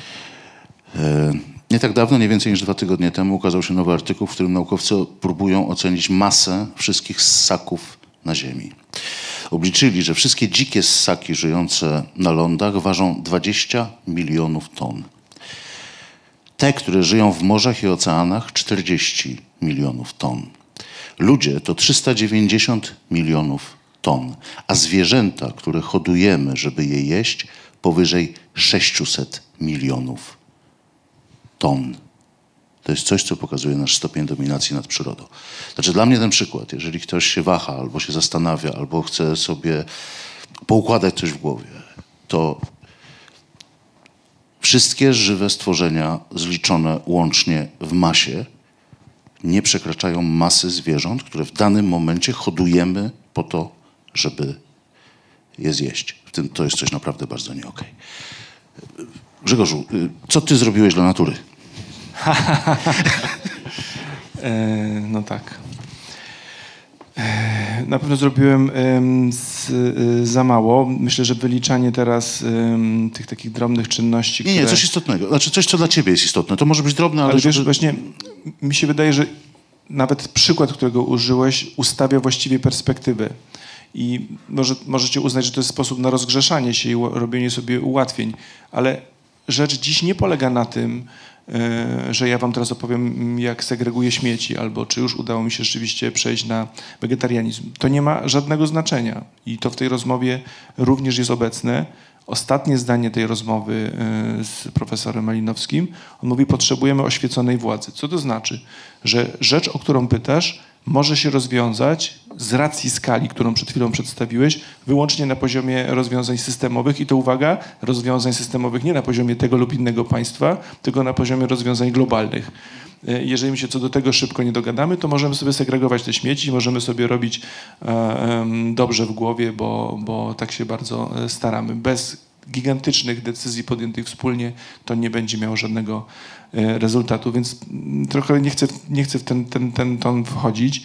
Nie tak dawno, nie więcej niż 2 tygodnie temu, ukazał się nowy artykuł, w którym naukowcy próbują ocenić masę wszystkich ssaków na Ziemi. Obliczyli, że wszystkie dzikie ssaki żyjące na lądach ważą 20 milionów ton. Te, które żyją w morzach i oceanach, 40 milionów ton. Ludzie to 390 milionów ton, a zwierzęta, które hodujemy, żeby je jeść, powyżej 600 milionów ton. To jest coś, co pokazuje nasz stopień dominacji nad przyrodą. Znaczy dla mnie ten przykład, jeżeli ktoś się waha, albo się zastanawia, albo chce sobie poukładać coś w głowie, to wszystkie żywe stworzenia zliczone łącznie w masie nie przekraczają masy zwierząt, które w danym momencie hodujemy po to, żeby je zjeść. W tym to jest coś naprawdę bardzo nie okej. Grzegorzu, co ty zrobiłeś dla natury? No tak. Na pewno zrobiłem za mało. Myślę, że wyliczanie teraz tych takich drobnych czynności, Nie, coś istotnego. Znaczy coś, co dla ciebie jest istotne. To może być drobne, ale wiesz, właśnie mi się wydaje, że nawet przykład, którego użyłeś, ustawia właściwie perspektywę. I możecie uznać, że to jest sposób na rozgrzeszanie się i robienie sobie ułatwień. Ale rzecz dziś nie polega na tym, że ja wam teraz opowiem, jak segreguję śmieci, albo czy już udało mi się rzeczywiście przejść na wegetarianizm. To nie ma żadnego znaczenia i to w tej rozmowie również jest obecne. Ostatnie zdanie tej rozmowy z profesorem Malinowskim, on mówi, potrzebujemy oświeconej władzy. Co to znaczy? Że rzecz, o którą pytasz, może się rozwiązać z racji skali, którą przed chwilą przedstawiłeś, wyłącznie na poziomie rozwiązań systemowych i to uwaga, rozwiązań systemowych nie na poziomie tego lub innego państwa, tylko na poziomie rozwiązań globalnych. Jeżeli my się co do tego szybko nie dogadamy, to możemy sobie segregować te śmieci, możemy sobie robić dobrze w głowie, bo tak się bardzo staramy. Bez gigantycznych decyzji podjętych wspólnie to nie będzie miało żadnego rezultatu, więc trochę nie chcę w ten ton wchodzić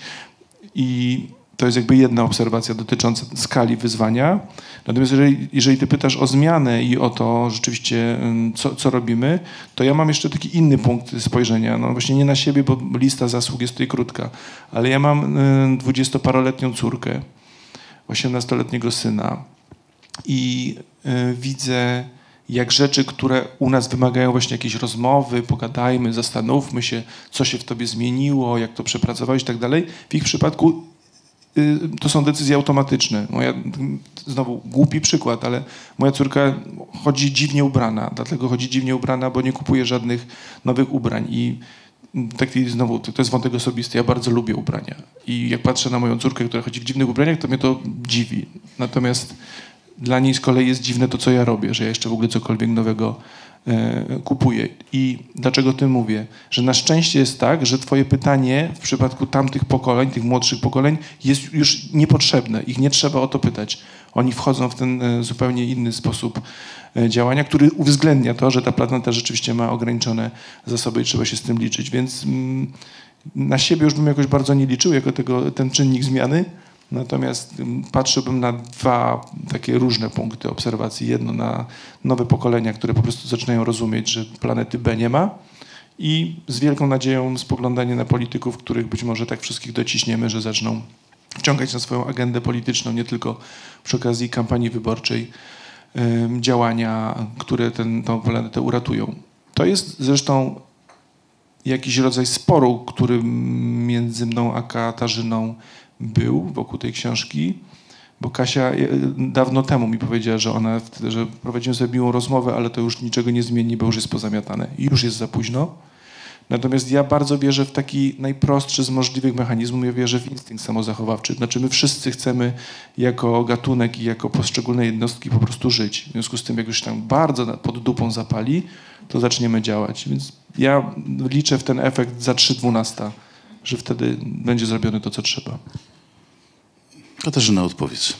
i to jest jakby jedna obserwacja dotycząca skali wyzwania. Natomiast jeżeli ty pytasz o zmianę i o to rzeczywiście, co robimy, to ja mam jeszcze taki inny punkt spojrzenia. No właśnie nie na siebie, bo lista zasług jest tutaj krótka, ale ja mam 20-paroletnią córkę, 18-letniego syna i widzę, jak rzeczy, które u nas wymagają właśnie jakiejś rozmowy, pogadajmy, zastanówmy się, co się w tobie zmieniło, jak to przepracować i tak dalej. W ich przypadku to są decyzje automatyczne. Znowu głupi przykład, ale moja córka chodzi dziwnie ubrana. Dlatego chodzi dziwnie ubrana, bo nie kupuje żadnych nowych ubrań. I znowu, to jest wątek osobisty. Ja bardzo lubię ubrania. I jak patrzę na moją córkę, która chodzi w dziwnych ubraniach, to mnie to dziwi. Natomiast dla niej z kolei jest dziwne to, co ja robię, że ja jeszcze w ogóle cokolwiek nowego kupuję. I dlaczego o tym mówię? Że na szczęście jest tak, że twoje pytanie w przypadku tamtych pokoleń, tych młodszych pokoleń jest już niepotrzebne. Ich nie trzeba o to pytać. Oni wchodzą w ten zupełnie inny sposób działania, który uwzględnia to, że ta planeta rzeczywiście ma ograniczone zasoby i trzeba się z tym liczyć. Więc na siebie już bym jakoś bardzo nie liczył jako ten czynnik zmiany. Natomiast patrzyłbym na dwa takie różne punkty obserwacji. Jedno na nowe pokolenia, które po prostu zaczynają rozumieć, że planety B nie ma i z wielką nadzieją spoglądanie na polityków, których być może tak wszystkich dociśniemy, że zaczną wciągać na swoją agendę polityczną, nie tylko przy okazji kampanii wyborczej, działania, które tą planetę uratują. To jest zresztą jakiś rodzaj sporu, który między mną a Katarzyną był wokół tej książki, bo Kasia dawno temu mi powiedziała, że prowadzimy sobie miłą rozmowę, ale to już niczego nie zmieni, bo już jest pozamiatane i już jest za późno. Natomiast ja bardzo wierzę w taki najprostszy z możliwych mechanizmów, ja wierzę w instynkt samozachowawczy. Znaczy my wszyscy chcemy jako gatunek i jako poszczególne jednostki po prostu żyć. W związku z tym, jak już tam bardzo pod dupą zapali, to zaczniemy działać. Więc ja liczę w ten efekt za 3/12, że wtedy będzie zrobione to, co trzeba. Katarzyna, odpowiedz.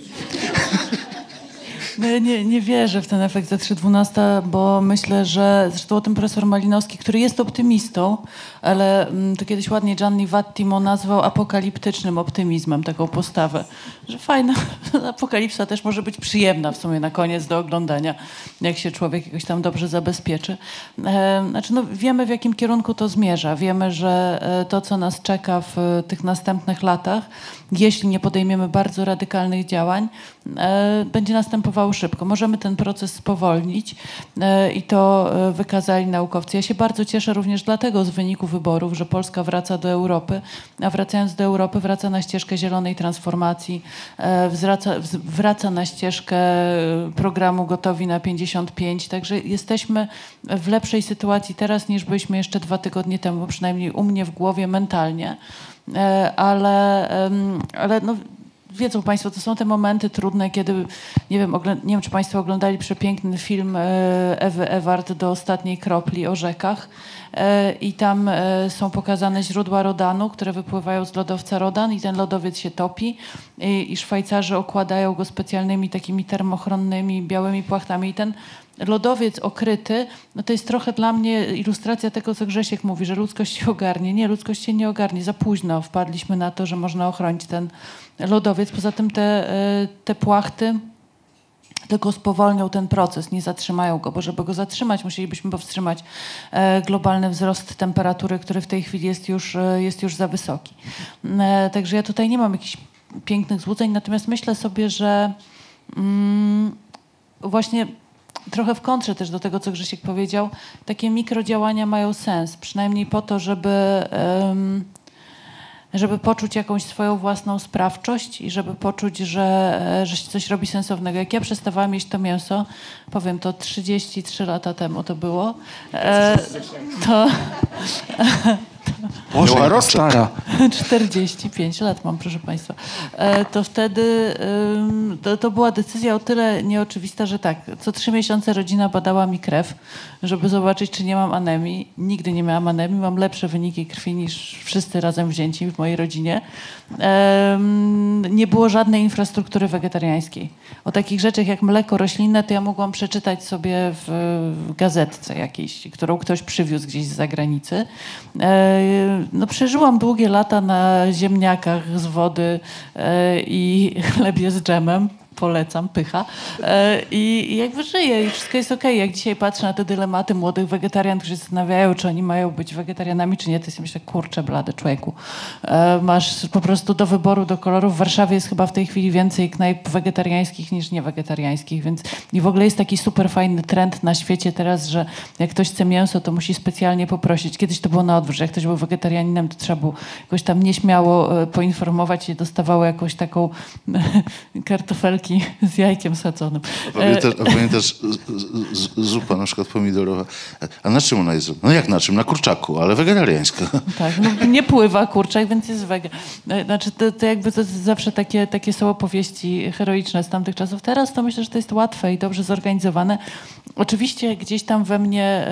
Nie wierzę w ten efekt za 3/12, bo myślę, że zresztą o tym profesor Malinowski, który jest optymistą, ale to kiedyś ładnie Gianni Vattimo nazwał apokaliptycznym optymizmem taką postawę, że fajna apokalipsa też może być przyjemna w sumie na koniec do oglądania, jak się człowiek jakoś tam dobrze zabezpieczy. Wiemy, w jakim kierunku to zmierza. Wiemy, że to, co nas czeka w tych następnych latach, jeśli nie podejmiemy bardzo radykalnych działań, będzie następowało szybko. Możemy ten proces spowolnić i to wykazali naukowcy. Ja się bardzo cieszę również dlatego z wyniku wyborów, że Polska wraca do Europy, a wracając do Europy wraca na ścieżkę zielonej transformacji, wraca na ścieżkę programu Gotowi na 55, także jesteśmy w lepszej sytuacji teraz niż byliśmy jeszcze 2 tygodnie temu, przynajmniej u mnie w głowie mentalnie, ale wiedzą Państwo, to są te momenty trudne, kiedy, nie wiem, czy Państwo oglądali przepiękny film Ewy Ewart Do ostatniej kropli o rzekach i tam są pokazane źródła Rodanu, które wypływają z lodowca Rodan i ten lodowiec się topi i Szwajcarzy okładają go specjalnymi takimi termochronnymi białymi płachtami i ten lodowiec okryty, no to jest trochę dla mnie ilustracja tego, co Grzesiek mówi, że ludzkość się ogarnie. Nie, ludzkość się nie ogarnie. Za późno wpadliśmy na to, że można ochronić ten lodowiec. Poza tym te płachty tylko spowolnią ten proces, nie zatrzymają go, bo żeby go zatrzymać, musielibyśmy powstrzymać globalny wzrost temperatury, który w tej chwili jest już za wysoki. Także ja tutaj nie mam jakichś pięknych złudzeń, natomiast myślę sobie, że właśnie trochę w kontrze też do tego, co Grzesiek powiedział, takie mikrodziałania mają sens, przynajmniej po to, żeby poczuć jakąś swoją własną sprawczość i żeby poczuć, że się coś robi sensownego. Jak ja przestawałam jeść to mięso, powiem to 33 lata temu to było, Boże, Miała jaka roczek. stara. 45 lat mam, proszę Państwa. To wtedy to była decyzja o tyle nieoczywista, że tak, co 3 miesiące rodzina badała mi krew, żeby zobaczyć, czy nie mam anemii. Nigdy nie miałam anemii, mam lepsze wyniki krwi niż wszyscy razem wzięci w mojej rodzinie. Nie było żadnej infrastruktury wegetariańskiej. O takich rzeczach jak mleko roślinne to ja mogłam przeczytać sobie w gazetce jakiejś, którą ktoś przywiózł gdzieś z zagranicy. No, przeżyłam długie lata na ziemniakach z wody i chlebie z dżemem. Polecam, pycha. I jakby żyję i wszystko jest okej. Jak dzisiaj patrzę na te dylematy młodych wegetarian, którzy się zastanawiają, czy oni mają być wegetarianami, czy nie, to sobie myślę, kurczę blady, człowieku. Masz po prostu do wyboru, do koloru. W Warszawie jest chyba w tej chwili więcej knajp wegetariańskich niż niewegetariańskich, więc i w ogóle jest taki super fajny trend na świecie teraz, że jak ktoś chce mięso, to musi specjalnie poprosić. Kiedyś to było na odwrót, że jak ktoś był wegetarianinem, to trzeba było jakoś tam nieśmiało poinformować i dostawało jakąś taką kartofelki z jajkiem sadzonym. A pamiętasz zupa na przykład pomidorowa. A na czym ona jest? No jak na czym? Na kurczaku, ale wegetariańska. Tak, no nie pływa kurczak, więc jest wege. Znaczy to jakby to zawsze takie są opowieści heroiczne z tamtych czasów. Teraz to myślę, że to jest łatwe i dobrze zorganizowane. Oczywiście gdzieś tam we mnie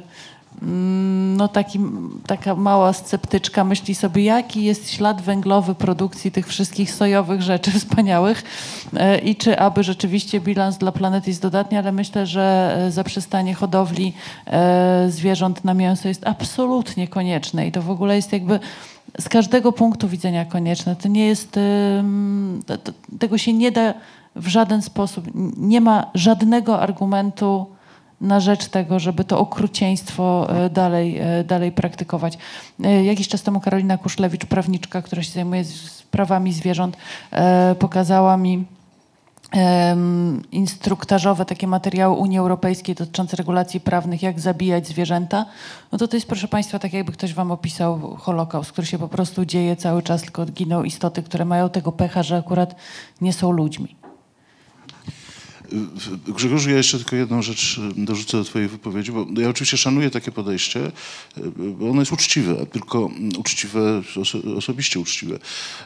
no taka mała sceptyczka myśli sobie, jaki jest ślad węglowy produkcji tych wszystkich sojowych rzeczy wspaniałych i czy aby rzeczywiście bilans dla planety jest dodatni, ale myślę, że zaprzestanie hodowli zwierząt na mięso jest absolutnie konieczne i to w ogóle jest jakby z każdego punktu widzenia konieczne. To nie jest, tego się nie da w żaden sposób, nie ma żadnego argumentu na rzecz tego, żeby to okrucieństwo dalej praktykować. Jakiś czas temu Karolina Kuszlewicz, prawniczka, która się zajmuje sprawami zwierząt, pokazała mi instruktażowe takie materiały Unii Europejskiej dotyczące regulacji prawnych, jak zabijać zwierzęta. No to jest, proszę Państwa, tak jakby ktoś wam opisał Holokaust, który się po prostu dzieje cały czas, tylko giną istoty, które mają tego pecha, że akurat nie są ludźmi. Grzegorzu, ja jeszcze tylko jedną rzecz dorzucę do twojej wypowiedzi, bo ja oczywiście szanuję takie podejście, bo ono jest uczciwe, tylko uczciwe, osobiście uczciwe.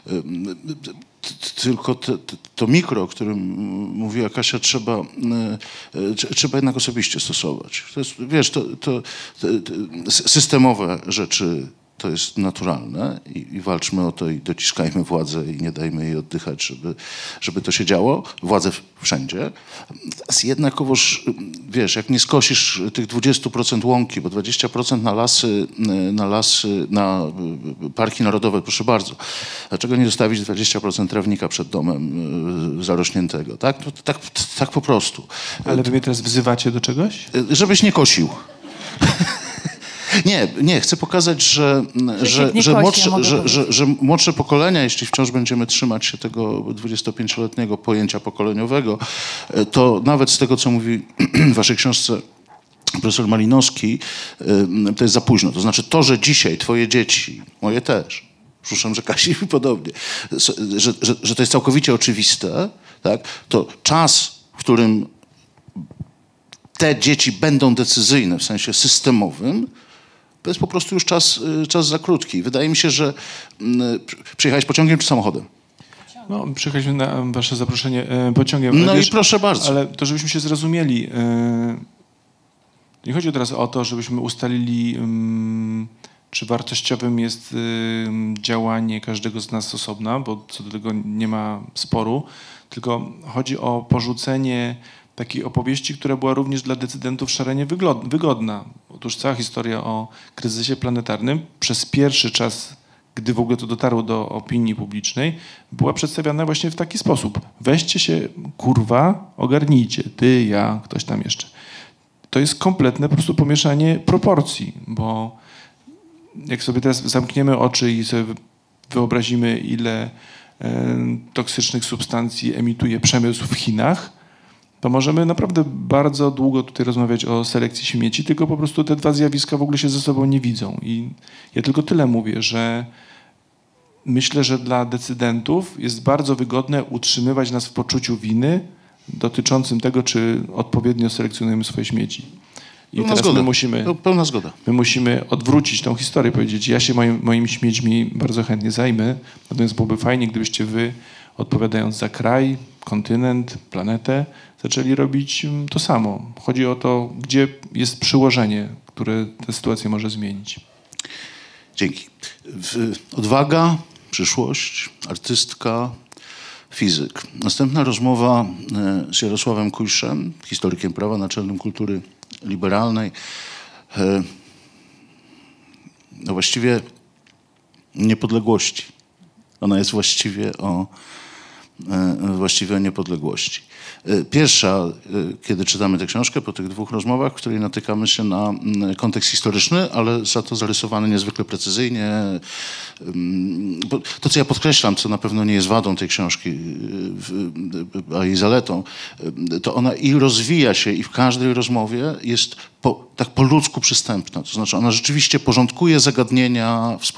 Tylko to mikro, o którym mówiła Kasia, trzeba jednak osobiście stosować. To jest, wiesz, systemowe rzeczy to jest naturalne i walczmy o to i dociskajmy władzę i nie dajmy jej oddychać, żeby to się działo. Władzę wszędzie. Jednakowoż, wiesz, jak nie skosisz tych 20% łąki, bo 20% na lasy, na parki narodowe, proszę bardzo. Dlaczego nie zostawić 20% trawnika przed domem zarośniętego? Tak? Tak po prostu. Ale wy mnie teraz wzywacie do czegoś? Żebyś nie kosił. Nie, chcę pokazać, że młodsze pokolenia, jeśli wciąż będziemy trzymać się tego 25-letniego pojęcia pokoleniowego, to nawet z tego, co mówi w waszej książce profesor Malinowski, to jest za późno. To znaczy to, że dzisiaj twoje dzieci, moje też, przypuszczam, że Kasi podobnie, że to jest całkowicie oczywiste, tak? To czas, w którym te dzieci będą decyzyjne w sensie systemowym, to jest po prostu już czas za krótki. Wydaje mi się, że przyjechałeś pociągiem czy samochodem? No, przyjechaliśmy na wasze zaproszenie pociągiem. No i proszę bardzo. Ale to, żebyśmy się zrozumieli. Nie chodzi teraz o to, żebyśmy ustalili, czy wartościowym jest działanie każdego z nas osobna, bo co do tego nie ma sporu, tylko chodzi o porzucenie takiej opowieści, która była również dla decydentów szalenie wygodna. Otóż cała historia o kryzysie planetarnym przez pierwszy czas, gdy w ogóle to dotarło do opinii publicznej, była przedstawiana właśnie w taki sposób. Weźcie się, kurwa, ogarnijcie. Ty, ja, ktoś tam jeszcze. To jest kompletne po prostu pomieszanie proporcji, bo jak sobie teraz zamkniemy oczy i sobie wyobrazimy, ile toksycznych substancji emituje przemysł w Chinach, to możemy naprawdę bardzo długo tutaj rozmawiać o selekcji śmieci, tylko po prostu te dwa zjawiska w ogóle się ze sobą nie widzą. I ja tylko tyle mówię, że myślę, że dla decydentów jest bardzo wygodne utrzymywać nas w poczuciu winy dotyczącym tego, czy odpowiednio selekcjonujemy swoje śmieci. I Pełna teraz zgoda. Pełna zgoda. my musimy odwrócić tą historię, powiedzieć, ja się moimi śmiećmi bardzo chętnie zajmę, natomiast byłoby fajnie, gdybyście wy, odpowiadając za kraj, kontynent, planetę, zaczęli robić to samo. Chodzi o to, gdzie jest przyłożenie, które tę sytuację może zmienić. Dzięki. Odwaga, przyszłość, artystka, fizyk. Następna rozmowa z Jarosławem Kujszem, historykiem prawa, naczelnym kultury liberalnej. No właściwie niepodległości. Ona jest właściwie o niepodległości. Pierwsza, kiedy czytamy tę książkę, po tych dwóch rozmowach, w której natykamy się na kontekst historyczny, ale za to zarysowany niezwykle precyzyjnie. Bo to, co ja podkreślam, co na pewno nie jest wadą tej książki, a jej zaletą, to ona i rozwija się i w każdej rozmowie jest tak po ludzku przystępna. To znaczy ona rzeczywiście porządkuje zagadnienia w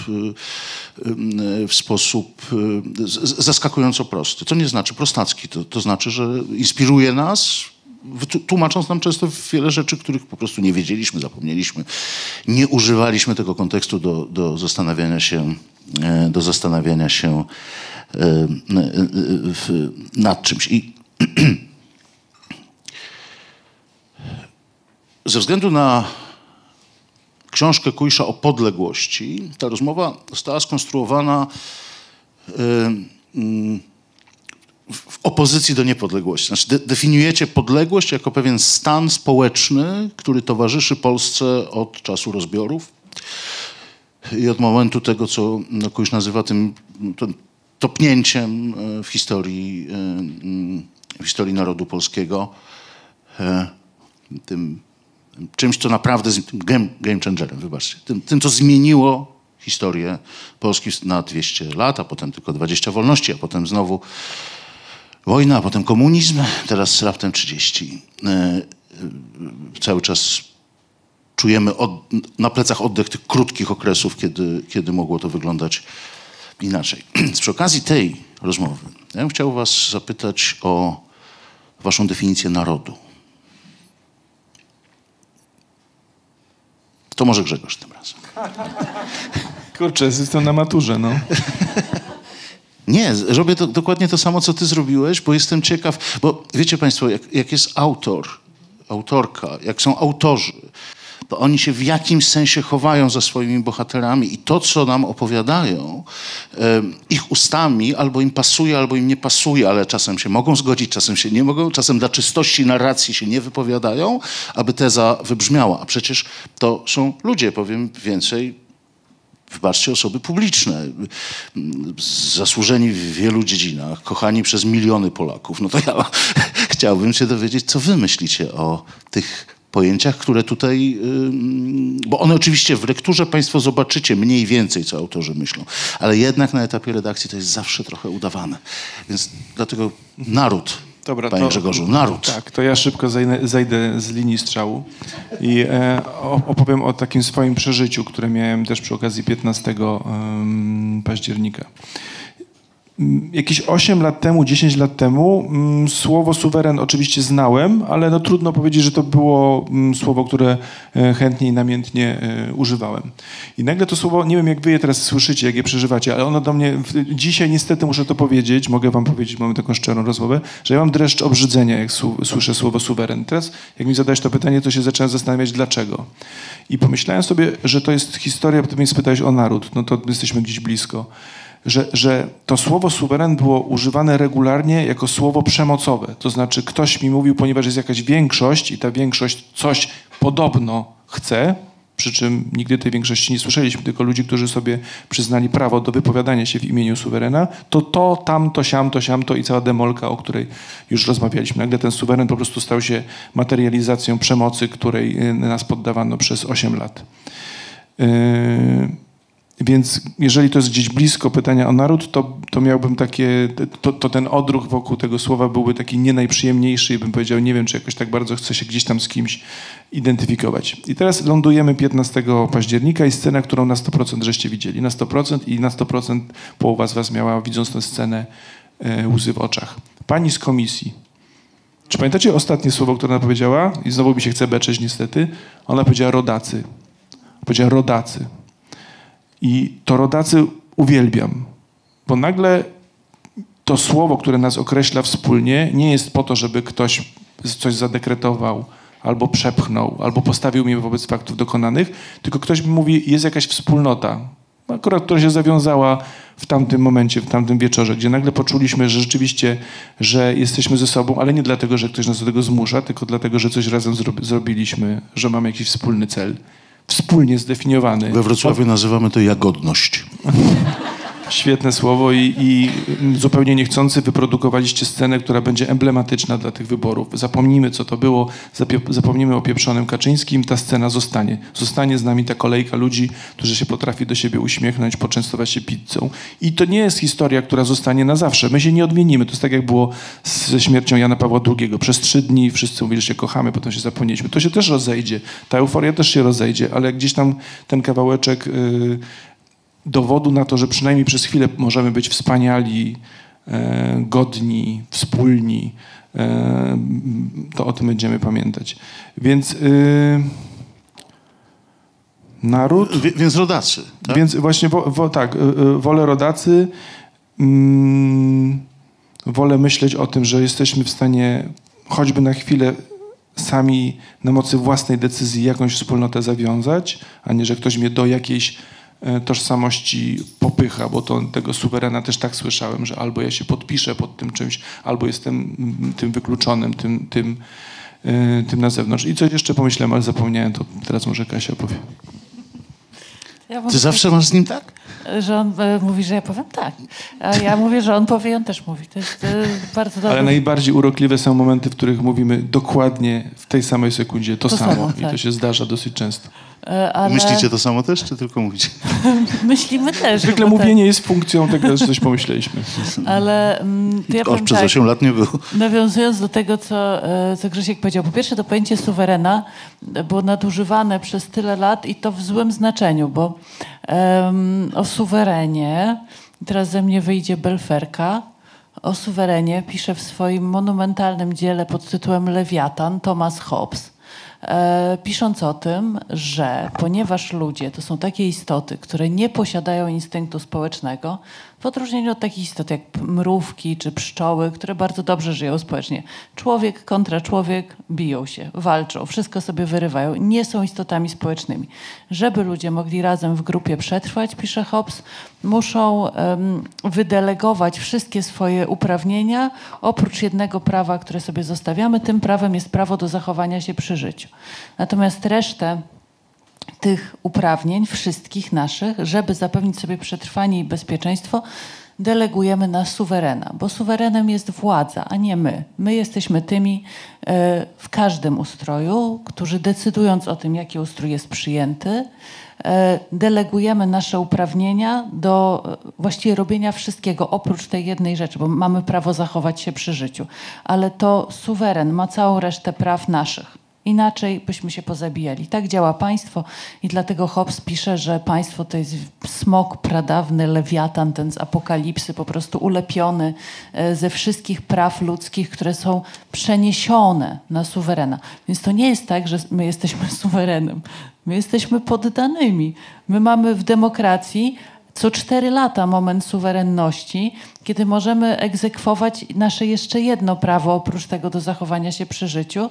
sposób zaskakująco prosty. To nie znaczy prostacki, to znaczy, że inspiruje nas, tłumacząc nam często wiele rzeczy, których po prostu nie wiedzieliśmy, zapomnieliśmy. Nie używaliśmy tego kontekstu do zastanawiania się nad czymś. I ze względu na książkę Kujsza o podległości, ta rozmowa została skonstruowana w opozycji do niepodległości. Znaczy definiujecie podległość jako pewien stan społeczny, który towarzyszy Polsce od czasu rozbiorów i od momentu tego, co Kujsz nazywa tym topnięciem w historii narodu polskiego, tym czymś, co naprawdę, game changerem, wybaczcie, tym, co zmieniło historię Polski na 200 lat, a potem tylko 20 wolności, a potem znowu wojna, a potem komunizm, teraz raptem 30. Cały czas czujemy na plecach oddech tych krótkich okresów, kiedy mogło to wyglądać inaczej. Przy okazji tej rozmowy ja bym chciał was zapytać o waszą definicję narodu. To może Grzegorz tym razem. Kurczę, jestem na maturze, no. Nie, robię dokładnie to samo, co ty zrobiłeś, bo jestem ciekaw, bo wiecie państwo, jak jest autor, autorka, jak są autorzy, to oni się w jakimś sensie chowają za swoimi bohaterami i to, co nam opowiadają, ich ustami albo im pasuje, albo im nie pasuje, ale czasem się mogą zgodzić, czasem się nie mogą, czasem dla czystości narracji się nie wypowiadają, aby teza wybrzmiała. A przecież to są ludzie, powiem więcej, wybaczcie, osoby publiczne, zasłużeni w wielu dziedzinach, kochani przez miliony Polaków. No to ja chciałbym się dowiedzieć, co wy myślicie o tych pojęciach, które tutaj, bo one oczywiście w lekturze państwo zobaczycie mniej więcej, co autorzy myślą, ale jednak na etapie redakcji to jest zawsze trochę udawane. Więc dlatego naród, Dobra, panie Grzegorzu, naród. Tak, to ja szybko zejdę z linii strzału i opowiem o takim swoim przeżyciu, które miałem też przy okazji 15 października. Jakieś 8 lat temu, 10 lat temu słowo suweren oczywiście znałem, ale no trudno powiedzieć, że to było słowo, które chętnie i namiętnie używałem. I nagle to słowo, nie wiem jak wy je teraz słyszycie, jak je przeżywacie, ale ono do mnie, dzisiaj niestety muszę to powiedzieć, mogę wam powiedzieć, mamy taką szczerą rozmowę, że ja mam dreszcz obrzydzenia, jak słyszę słowo suweren. Teraz jak mi zadałeś to pytanie, to się zacząłem zastanawiać dlaczego. I pomyślałem sobie, że to jest historia, bo ty mnie spytałeś o naród, no to jesteśmy gdzieś blisko. Że to słowo suweren było używane regularnie jako słowo przemocowe. To znaczy ktoś mi mówił, ponieważ jest jakaś większość i ta większość coś podobno chce, przy czym nigdy tej większości nie słyszeliśmy, tylko ludzi, którzy sobie przyznali prawo do wypowiadania się w imieniu suwerena, to, tamto, siamto i cała demolka, o której już rozmawialiśmy. Nagle ten suweren po prostu stał się materializacją przemocy, której nas poddawano przez 8 lat. Więc jeżeli to jest gdzieś blisko pytania o naród, to miałbym takie, to ten odruch wokół tego słowa byłby taki nie najprzyjemniejszy i bym powiedział, nie wiem, czy jakoś tak bardzo chcę się gdzieś tam z kimś identyfikować. I teraz lądujemy 15 października i scena, którą na 100% żeście widzieli. Na 100% i na 100% połowa z was miała, widząc tę scenę, łzy w oczach. Pani z komisji, Czy pamiętacie ostatnie słowo, które ona powiedziała? I znowu mi się chce beczeć niestety. Ona powiedziała rodacy. Powiedziała rodacy. I to rodacy uwielbiam. Bo nagle to słowo, które nas określa wspólnie, nie jest po to, żeby ktoś coś zadekretował, albo przepchnął, albo postawił mnie wobec faktów dokonanych, tylko ktoś mi mówi, jest jakaś wspólnota, akurat która się zawiązała w tamtym momencie, w tamtym wieczorze, gdzie nagle poczuliśmy, że rzeczywiście, że jesteśmy ze sobą, ale nie dlatego, że ktoś nas do tego zmusza, tylko dlatego, że coś razem zrobiliśmy, że mamy jakiś wspólny cel, wspólnie zdefiniowany. We Wrocławiu nazywamy to jagodność. Świetne słowo i zupełnie niechcący wyprodukowaliście scenę, która będzie emblematyczna dla tych wyborów. Zapomnijmy, co to było, zapomnijmy o pieprzonym Kaczyńskim, ta scena zostanie. Zostanie z nami ta kolejka ludzi, którzy się potrafi do siebie uśmiechnąć, poczęstować się pizzą. I to nie jest historia, która zostanie na zawsze. My się nie odmienimy. To jest tak, jak było ze śmiercią Jana Pawła II. Przez 3 dni wszyscy mówili, że się kochamy, potem się zapomnieliśmy. To się też rozejdzie. Ta euforia też się rozejdzie, ale gdzieś tam ten kawałeczek dowodu na to, że przynajmniej przez chwilę możemy być wspaniali, godni, wspólni, to o tym będziemy pamiętać. Więc naród... Więc rodacy. Tak? Więc właśnie wolę rodacy, wolę myśleć o tym, że jesteśmy w stanie choćby na chwilę sami na mocy własnej decyzji jakąś wspólnotę zawiązać, a nie, że ktoś mnie do jakiejś tożsamości popycha, bo tego suwerena też tak słyszałem, że albo ja się podpiszę pod tym czymś, albo jestem tym wykluczonym, tym na zewnątrz. I coś jeszcze pomyślałem, ale zapomniałem, to teraz może Kasia powie. Ty zawsze masz z nim tak? Że on mówi, że ja powiem tak. A ja mówię, że on powie i on też mówi. To jest bardzo dobre. Ale najbardziej urokliwe są momenty, w których mówimy dokładnie w tej samej sekundzie to samo. I to się zdarza dosyć często. Ale... Myślicie to samo też, czy tylko mówicie? Myślimy też. Zwykle mówienie jest funkcją tego, że coś pomyśleliśmy. Ale to ja powiem przez 8 lat nie było. Nawiązując do tego, co Grzesiek powiedział. Po pierwsze, to pojęcie suwerena było nadużywane przez tyle lat i to w złym znaczeniu, bo o suwerenie, teraz ze mnie wyjdzie belferka, o suwerenie pisze w swoim monumentalnym dziele pod tytułem Lewiatan Thomas Hobbes, pisząc o tym, że ponieważ ludzie to są takie istoty, które nie posiadają instynktu społecznego, w odróżnieniu od takich istot jak mrówki czy pszczoły, które bardzo dobrze żyją społecznie. Człowiek kontra człowiek biją się, walczą, wszystko sobie wyrywają. Nie są istotami społecznymi. Żeby ludzie mogli razem w grupie przetrwać, pisze Hobbes, muszą wydelegować wszystkie swoje uprawnienia, oprócz jednego prawa, które sobie zostawiamy. Tym prawem jest prawo do zachowania się przy życiu. Natomiast resztę tych uprawnień, wszystkich naszych, żeby zapewnić sobie przetrwanie i bezpieczeństwo, delegujemy na suwerena, bo suwerenem jest władza, a nie my. My jesteśmy tymi w każdym ustroju, którzy decydując o tym, jaki ustrój jest przyjęty, delegujemy nasze uprawnienia do właściwie robienia wszystkiego oprócz tej jednej rzeczy, bo mamy prawo zachować się przy życiu. Ale to suweren ma całą resztę praw naszych. Inaczej byśmy się pozabijali. Tak działa państwo i dlatego Hobbes pisze, że państwo to jest smok pradawny, lewiatan, ten z apokalipsy, po prostu ulepiony ze wszystkich praw ludzkich, które są przeniesione na suwerena. Więc to nie jest tak, że my jesteśmy suwerenem. My jesteśmy poddanymi. My mamy w demokracji co 4 lata moment suwerenności, kiedy możemy egzekwować nasze jeszcze jedno prawo, oprócz tego do zachowania się przy życiu,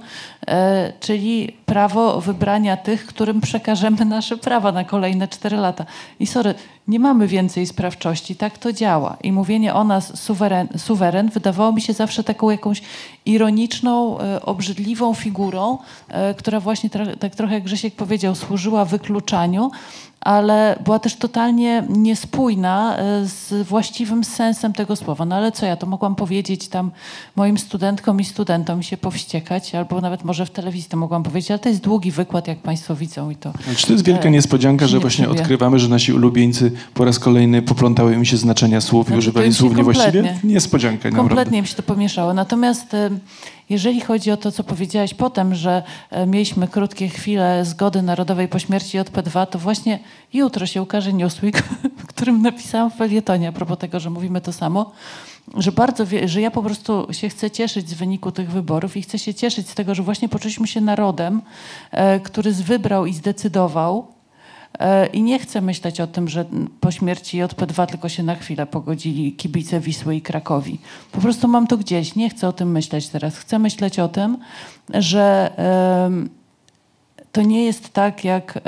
czyli prawo wybrania tych, którym przekażemy nasze prawa na kolejne 4 lata. I nie mamy więcej sprawczości, tak to działa. I mówienie o nas suweren wydawało mi się zawsze taką jakąś ironiczną, obrzydliwą figurą, która właśnie tak trochę, jak Grzesiek powiedział, służyła wykluczaniu, ale była też totalnie niespójna z właściwym sensem tego słowa. No ale co ja to mogłam powiedzieć tam moim studentkom i studentom i się powściekać, albo nawet może w telewizji to mogłam powiedzieć, ale to jest długi wykład, jak państwo widzą. Czy to jest wielka niespodzianka, że właśnie odkrywamy, że nasi ulubieńcy po raz kolejny poplątały im się znaczenia słów i używali słów niewłaściwie? Niespodzianka. Kompletnie mi się to pomieszało. Natomiast Jeżeli chodzi o to, co powiedziałaś potem, że mieliśmy krótkie chwile zgody narodowej po śmierci JP2, to właśnie jutro się ukaże newsweek, w którym napisałam w felietonie a propos tego, że mówimy to samo, że że ja po prostu się chcę cieszyć z wyniku tych wyborów i chcę się cieszyć z tego, że właśnie poczuliśmy się narodem, który wybrał i zdecydował. I nie chcę myśleć o tym, że po śmierci JP2 tylko się na chwilę pogodzili kibice Wisły i Krakowi. Po prostu mam to gdzieś. Nie chcę o tym myśleć teraz. Chcę myśleć o tym, że to nie jest tak,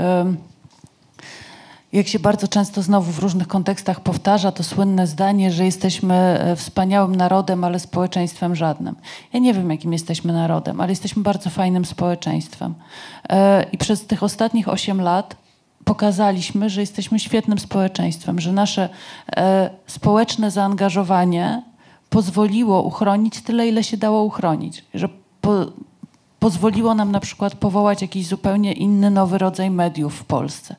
jak się bardzo często znowu w różnych kontekstach powtarza to słynne zdanie, że jesteśmy wspaniałym narodem, ale społeczeństwem żadnym. Ja nie wiem, jakim jesteśmy narodem, ale jesteśmy bardzo fajnym społeczeństwem. I przez tych ostatnich 8 lat pokazaliśmy, że jesteśmy świetnym społeczeństwem, że nasze społeczne zaangażowanie pozwoliło uchronić tyle, ile się dało uchronić. Że pozwoliło nam na przykład powołać jakiś zupełnie inny, nowy rodzaj mediów w Polsce.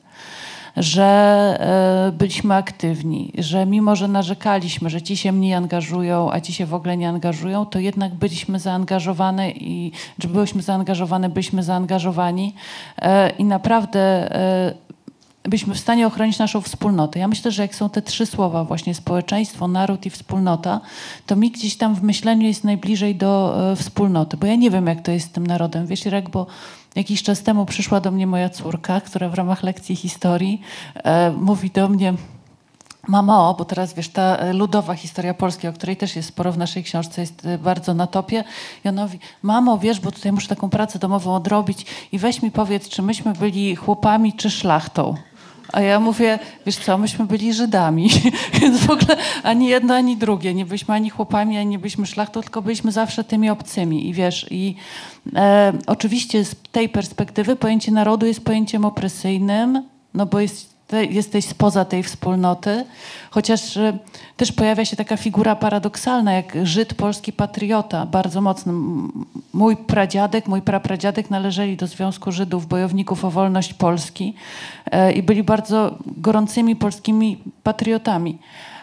Że byliśmy aktywni, że mimo, że narzekaliśmy, że ci się mniej angażują, a ci się w ogóle nie angażują, to jednak byliśmy zaangażowane i że byliśmy zaangażowani i naprawdę byliśmy w stanie ochronić naszą wspólnotę. Ja myślę, że jak są te 3 słowa właśnie społeczeństwo, naród i wspólnota, to mi gdzieś tam w myśleniu jest najbliżej do wspólnoty, bo ja nie wiem, jak to jest z tym narodem. Wiesz, Irek, bo jakiś czas temu przyszła do mnie moja córka, która w ramach lekcji historii mówi do mnie: mamo, bo teraz wiesz, ta ludowa historia Polski, o której też jest sporo w naszej książce, jest bardzo na topie. I ona mówi: mamo, wiesz, bo tutaj muszę taką pracę domową odrobić i weź mi powiedz, czy myśmy byli chłopami czy szlachtą. A ja mówię: wiesz co, myśmy byli Żydami, więc w ogóle ani jedno, ani drugie. Nie byliśmy ani chłopami, ani nie byliśmy szlachtą, tylko byliśmy zawsze tymi obcymi. I wiesz, oczywiście z tej perspektywy pojęcie narodu jest pojęciem opresyjnym, no bo jesteś spoza tej wspólnoty, chociaż też pojawia się taka figura paradoksalna, jak Żyd, polski patriota, bardzo mocny. Mój pradziadek, mój prapradziadek należeli do Związku Żydów, bojowników o wolność Polski i byli bardzo gorącymi polskimi patriotami.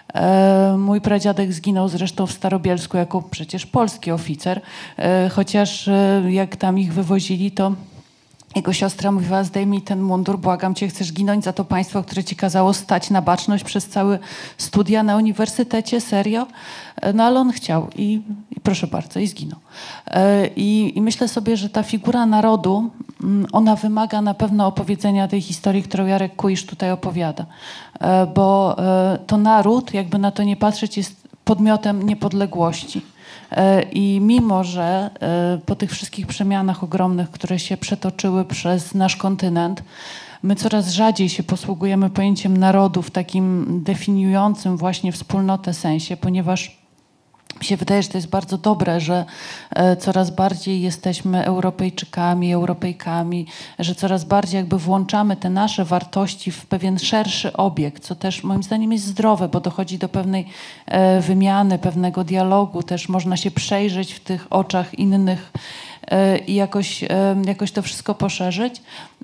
Mój pradziadek zginął zresztą w Starobielsku jako przecież polski oficer, chociaż jak tam ich wywozili, to jego siostra mówiła: zdejmij ten mundur, błagam cię, chcesz ginąć za to państwo, które ci kazało stać na baczność przez całe studia na uniwersytecie, serio? No ale on chciał i proszę bardzo, i zginął. I myślę sobie, że ta figura narodu, ona wymaga na pewno opowiedzenia tej historii, którą Jarek Kuisz tutaj opowiada. Bo to naród, jakby na to nie patrzeć, jest podmiotem niepodległości. I mimo, że po tych wszystkich przemianach ogromnych, które się przetoczyły przez nasz kontynent, my coraz rzadziej się posługujemy pojęciem narodu w takim definiującym właśnie wspólnotę sensie, ponieważ mi się wydaje, że to jest bardzo dobre, że coraz bardziej jesteśmy Europejczykami, Europejkami, że coraz bardziej jakby włączamy te nasze wartości w pewien szerszy obiekt, co też moim zdaniem jest zdrowe, bo dochodzi do pewnej wymiany, pewnego dialogu, też można się przejrzeć w tych oczach innych i jakoś to wszystko poszerzyć,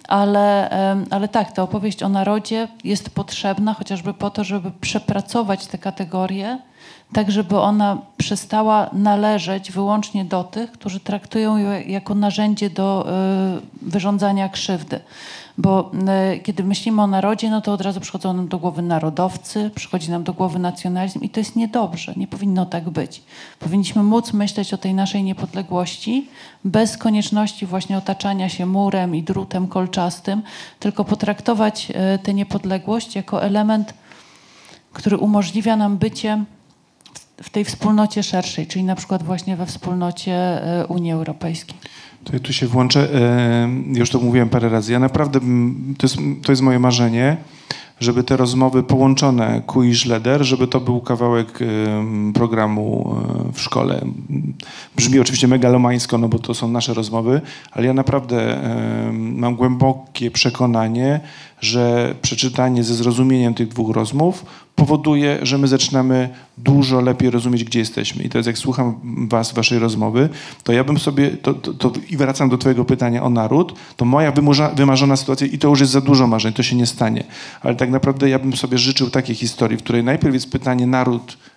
ale tak, ta opowieść o narodzie jest potrzebna chociażby po to, żeby przepracować te kategorie, tak żeby ona przestała należeć wyłącznie do tych, którzy traktują ją jako narzędzie do wyrządzania krzywdy. Bo kiedy myślimy o narodzie, no to od razu przychodzą nam do głowy narodowcy, przychodzi nam do głowy nacjonalizm i to jest niedobrze, nie powinno tak być. Powinniśmy móc myśleć o tej naszej niepodległości bez konieczności właśnie otaczania się murem i drutem kolczastym, tylko potraktować tę niepodległość jako element, który umożliwia nam bycie w tej wspólnocie szerszej, czyli na przykład właśnie we wspólnocie Unii Europejskiej. To ja tu się włączę. Już to mówiłem parę razy. Ja naprawdę, to jest moje marzenie, żeby te rozmowy połączone Kuisz-Leder, żeby to był kawałek programu w szkole. Brzmi oczywiście megalomańsko, no bo to są nasze rozmowy, ale ja naprawdę mam głębokie przekonanie, że przeczytanie ze zrozumieniem tych 2 rozmów powoduje, że my zaczynamy dużo lepiej rozumieć, gdzie jesteśmy. I teraz jak słucham was, waszej rozmowy, to ja bym sobie, i wracam do twojego pytania o naród, to moja wymarzona sytuacja, i to już jest za dużo marzeń, to się nie stanie. Ale tak naprawdę ja bym sobie życzył takiej historii, w której najpierw jest pytanie naród,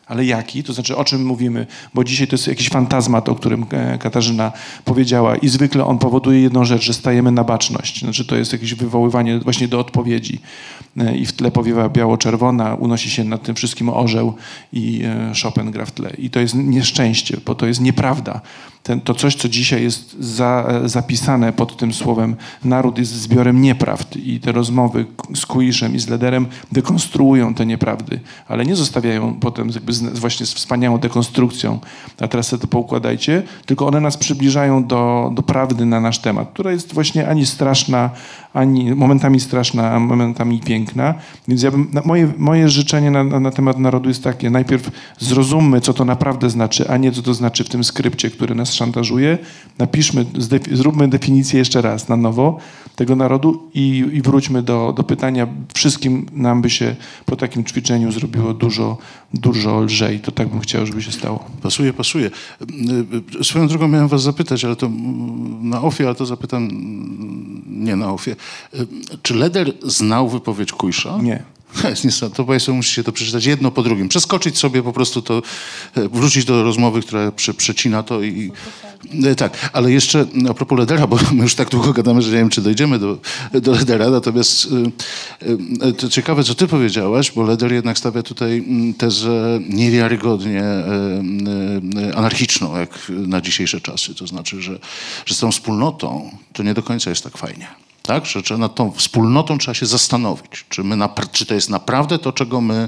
Ale jaki? To znaczy, o czym mówimy? Bo dzisiaj to jest jakiś fantazmat, o którym Katarzyna powiedziała i zwykle on powoduje jedną rzecz, że stajemy na baczność. Znaczy, to jest jakieś wywoływanie właśnie do odpowiedzi. I w tle powiewa biało-czerwona, unosi się nad tym wszystkim orzeł i Chopin gra w tle. I to jest nieszczęście, bo to jest nieprawda. To coś, co dzisiaj jest zapisane pod tym słowem naród, jest zbiorem nieprawd i te rozmowy z Kuiszem i z Lederem dekonstruują te nieprawdy, ale nie zostawiają potem jakby właśnie z wspaniałą dekonstrukcją, a teraz sobie to poukładajcie, tylko one nas przybliżają do prawdy na nasz temat, która jest właśnie ani straszna, ani momentami straszna, a momentami piękna. Więc ja bym, moje życzenie na temat narodu jest takie: najpierw zrozummy, co to naprawdę znaczy, a nie co to znaczy w tym skrypcie, który nas szantażuje. Napiszmy, zróbmy definicję jeszcze raz na nowo tego narodu i wróćmy do pytania. Wszystkim nam by się po takim ćwiczeniu zrobiło dużo lżej. To tak bym chciał, żeby się stało. Pasuje. Swoją drogą miałem was zapytać, ale to na ofie, ale to zapytam nie na ofie. Czy Leder znał wypowiedź Kuisza? Nie. To Państwo musicie to przeczytać jedno po drugim. Przeskoczyć sobie po prostu to, wrócić do rozmowy, która przecina to i... Tak, ale jeszcze a propos Ledera, bo my już tak długo gadamy, że nie wiem, czy dojdziemy do Ledera, natomiast to ciekawe, co ty powiedziałaś, bo Leder jednak stawia tutaj tezę niewiarygodnie anarchiczną, jak na dzisiejsze czasy. To znaczy, że z tą wspólnotą to nie do końca jest tak fajnie. Tak? Że nad tą wspólnotą trzeba się zastanowić, czy to jest naprawdę to,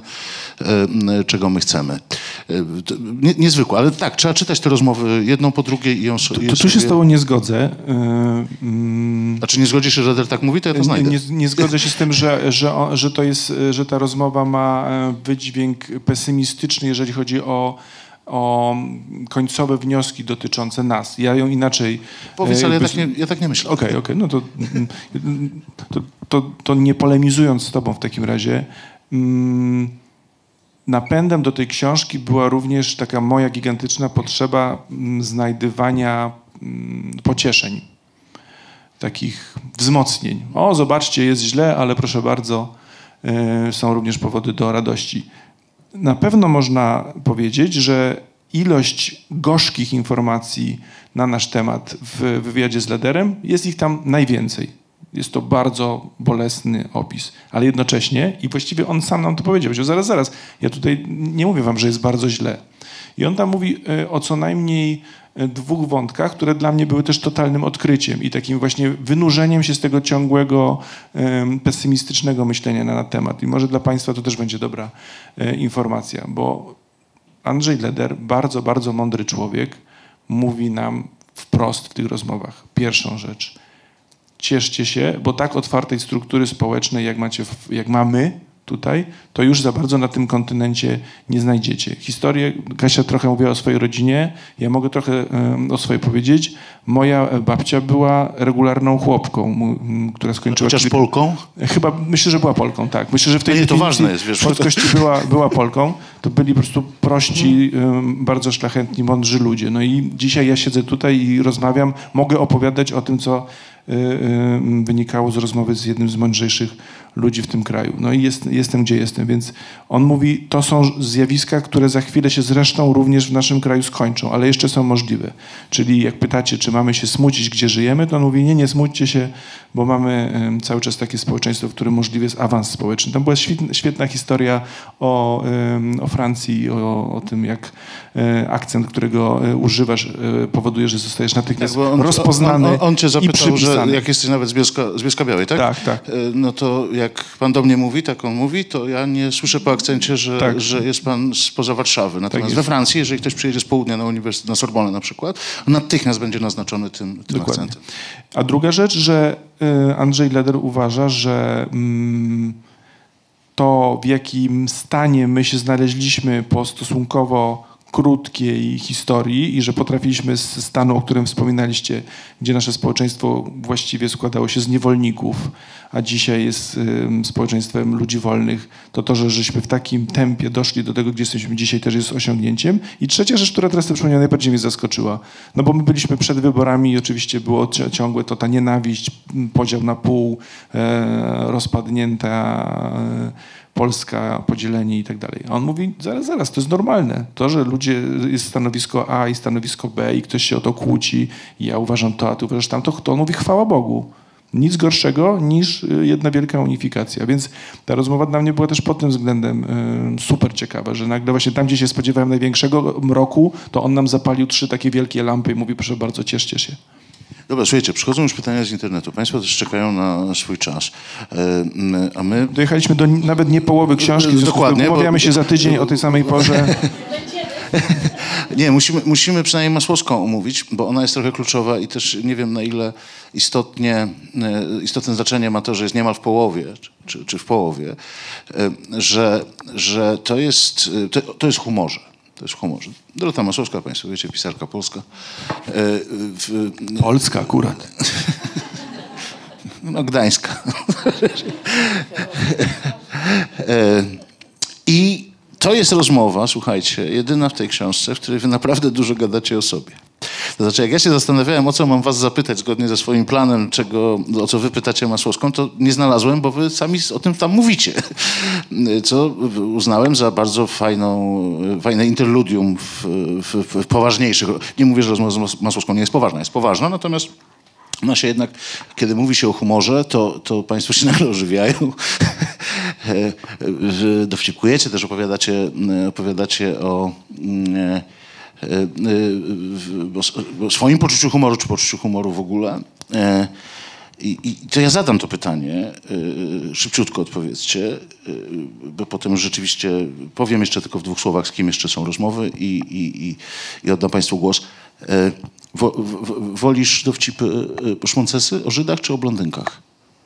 czego my chcemy. Niezwykłe, ale tak, trzeba czytać te rozmowy jedną po drugiej i ją sobie... Tu się z tobą nie zgodzę. Znaczy nie zgodzisz się, że Leder tak mówi, to ja to znajdę. Nie zgodzę się z tym, że ta rozmowa ma wydźwięk pesymistyczny, jeżeli chodzi o końcowe wnioski dotyczące nas. Ja ją inaczej... Powiedz, ale ja tak nie myślę. Okej, no to nie polemizując z tobą w takim razie, napędem do tej książki była również taka moja gigantyczna potrzeba znajdywania pocieszeń, takich wzmocnień. O, zobaczcie, jest źle, ale proszę bardzo, są również powody do radości. Na pewno można powiedzieć, że ilość gorzkich informacji na nasz temat w wywiadzie z Lederem, jest ich tam najwięcej. Jest to bardzo bolesny opis, ale jednocześnie, i właściwie on sam nam to powiedział, że zaraz, ja tutaj nie mówię wam, że jest bardzo źle. I on tam mówi o co najmniej 2 wątkach, które dla mnie były też totalnym odkryciem i takim właśnie wynurzeniem się z tego ciągłego pesymistycznego myślenia na temat. I może dla państwa to też będzie dobra informacja, bo Andrzej Leder, bardzo, bardzo mądry człowiek, mówi nam wprost w tych rozmowach. Pierwszą rzecz. Cieszcie się, bo tak otwartej struktury społecznej, jak mamy tutaj, to już za bardzo na tym kontynencie nie znajdziecie. Historię, Kasia trochę mówiła o swojej rodzinie, ja mogę trochę o swojej powiedzieć. Moja babcia była regularną chłopką, która skończyła... Chociaż Polką? Chyba, myślę, że była Polką, tak. Myślę, że w tej to ważne jest, wiesz. polskości była Polką. To byli po prostu prości, bardzo szlachetni, mądrzy ludzie. No i dzisiaj ja siedzę tutaj i rozmawiam, mogę opowiadać o tym, co wynikało z rozmowy z jednym z mądrzejszych ludzi w tym kraju. No i jestem, gdzie jestem, więc on mówi, to są zjawiska, które za chwilę się zresztą również w naszym kraju skończą, ale jeszcze są możliwe. Czyli jak pytacie, czy mamy się smucić, gdzie żyjemy, to on mówi, nie smućcie się, bo mamy cały czas takie społeczeństwo, w którym możliwy jest awans społeczny. Tam była świetna historia o Francji, o tym, jak akcent, którego używasz, powoduje, że zostajesz natychmiast rozpoznany. On cię zapytał, i że jak jesteś nawet z Bielska-Białej, tak? Tak. No to jak pan do mnie mówi, tak on mówi, to ja nie słyszę po akcencie, że jest pan spoza Warszawy. Natomiast we Francji, jeżeli ktoś przyjedzie z południa na uniwersytet, na Sorbonę na przykład, natychmiast będzie naznaczony tym akcentem. A druga rzecz, że Andrzej Leder uważa, że to, w jakim stanie my się znaleźliśmy po stosunkowo krótkiej historii i że potrafiliśmy z stanu, o którym wspominaliście, gdzie nasze społeczeństwo właściwie składało się z niewolników, a dzisiaj jest społeczeństwem ludzi wolnych, to, że żeśmy w takim tempie doszli do tego, gdzie jesteśmy dzisiaj, też jest osiągnięciem. I trzecia rzecz, która teraz przypomniała, najbardziej mnie zaskoczyła. No bo my byliśmy przed wyborami i oczywiście było ciągłe to ta nienawiść, podział na pół, rozpadnięta Polska, podzieleni i tak dalej. A on mówi, zaraz, to jest normalne. To, że ludzie, jest stanowisko A i stanowisko B i ktoś się o to kłóci i ja uważam to, a ty uważasz tamto, to on mówi chwała Bogu. Nic gorszego niż jedna wielka unifikacja. Więc ta rozmowa dla mnie była też pod tym względem super ciekawa, że nagle właśnie tam, gdzie się spodziewałem największego mroku, to on nam zapalił 3 takie wielkie lampy i mówi, proszę bardzo, cieszcie się. Dobra, słuchajcie, przychodzą już pytania z internetu. Państwo też czekają na swój czas. A my... Dojechaliśmy do nawet nie połowy książki. Dokładnie. Umawiamy się za tydzień o tej samej porze. Nie, musimy przynajmniej Masłowską omówić, bo ona jest trochę kluczowa i też nie wiem, na ile istotne znaczenie ma to, że jest niemal w połowie, czy w połowie, że to jest w humorze. To jest w humorze. Dorota Masłowska, państwo wiecie, pisarka polska. Polska akurat. No, gdańska. I to jest rozmowa, słuchajcie, jedyna w tej książce, w której wy naprawdę dużo gadacie o sobie. To znaczy, jak ja się zastanawiałem, o co mam was zapytać zgodnie ze swoim planem, o co wy pytacie Masłowską, to nie znalazłem, bo wy sami o tym tam mówicie. Co uznałem za bardzo fajne interludium w poważniejszych... Nie mówię, że rozmowa z Masłowską nie jest poważna, natomiast ona się jednak, kiedy mówi się o humorze, to państwo się nagle ożywiają. Dowcipkujecie, też opowiadacie o swoim poczuciu humoru, czy poczuciu humoru w ogóle. I to ja zadam to pytanie, szybciutko odpowiedzcie, bo potem rzeczywiście powiem jeszcze tylko w 2 słowach, z kim jeszcze są rozmowy i oddam państwu głos. Wolisz dowcipy szmoncesy o Żydach czy o blondynkach?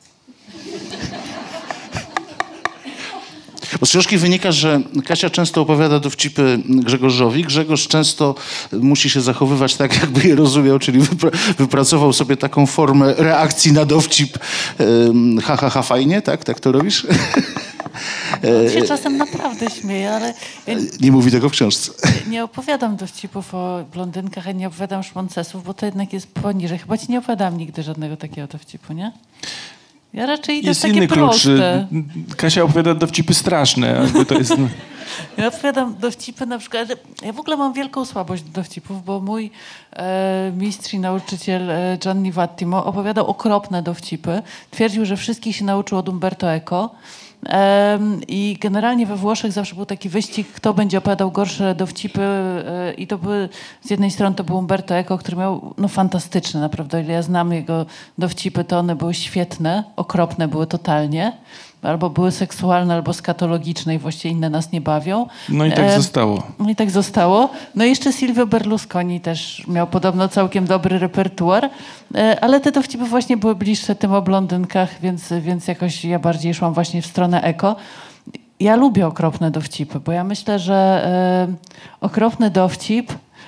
Bo z książki wynika, że Kasia często opowiada dowcipy Grzegorzowi. Grzegorz często musi się zachowywać tak, jakby je rozumiał, czyli wypracował sobie taką formę reakcji na dowcip. Fajnie, tak to robisz? On się czasem naprawdę śmieje, ale ja nie mówi tego w książce. nie opowiadam dowcipów o blondynkach, a nie opowiadam szmoncesów, bo to jednak jest poniżej. Chyba ci nie opowiadam nigdy żadnego takiego dowcipu, nie? Ja raczej idę w Jest takie inny klucz. proste. Kasia opowiada dowcipy straszne. Jakby to jest... Ja opowiadam dowcipy na przykład... Ja w ogóle mam wielką słabość do dowcipów, bo mój mistrz i nauczyciel Gianni Vattimo opowiadał okropne dowcipy. Twierdził, że wszystkich się nauczył od Umberto Eco. I generalnie we Włoszech zawsze był taki wyścig, kto będzie opowiadał gorsze dowcipy i to były, z jednej strony to był Umberto Eco, który miał fantastyczne naprawdę, o ile ja znam jego dowcipy, to one były świetne, okropne były totalnie, albo były seksualne, albo skatologiczne i właściwie inne nas nie bawią. No i tak zostało. No i tak zostało. No i jeszcze Silvio Berlusconi też miał podobno całkiem dobry repertuar, ale te dowcipy właśnie były bliższe tym o blondynkach, więc jakoś ja bardziej szłam właśnie w stronę eko. Ja lubię okropne dowcipy, bo ja myślę, że okropny dowcip...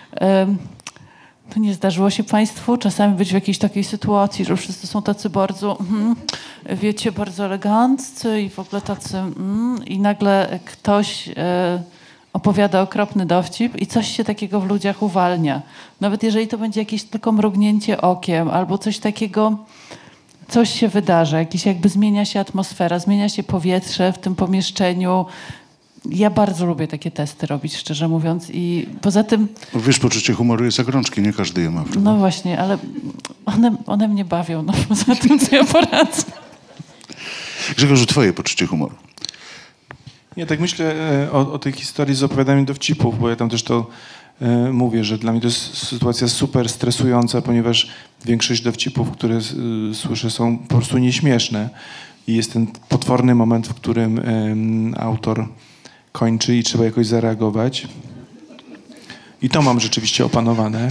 To nie zdarzyło się państwu czasami być w jakiejś takiej sytuacji, że wszyscy są tacy bardzo, wiecie, bardzo eleganccy i w ogóle tacy, i nagle ktoś opowiada okropny dowcip i coś się takiego w ludziach uwalnia. Nawet jeżeli to będzie jakieś tylko mrugnięcie okiem albo coś takiego, coś się wydarza, jakby zmienia się atmosfera, zmienia się powietrze w tym pomieszczeniu. Ja bardzo lubię takie testy robić, szczerze mówiąc, i poza tym... Wiesz, poczucie humoru jest jak rączki, nie każdy je ma. Prawda? No właśnie, ale one mnie bawią, no poza tym, co ja poradzę. Grzegorzu, twoje poczucie humoru. Ja tak myślę o tej historii z opowiadaniem dowcipów, bo ja tam też to mówię, że dla mnie to jest sytuacja super stresująca, ponieważ większość dowcipów, które słyszę, są po prostu nieśmieszne. I jest ten potworny moment, w którym autor kończy i trzeba jakoś zareagować. I to mam rzeczywiście opanowane.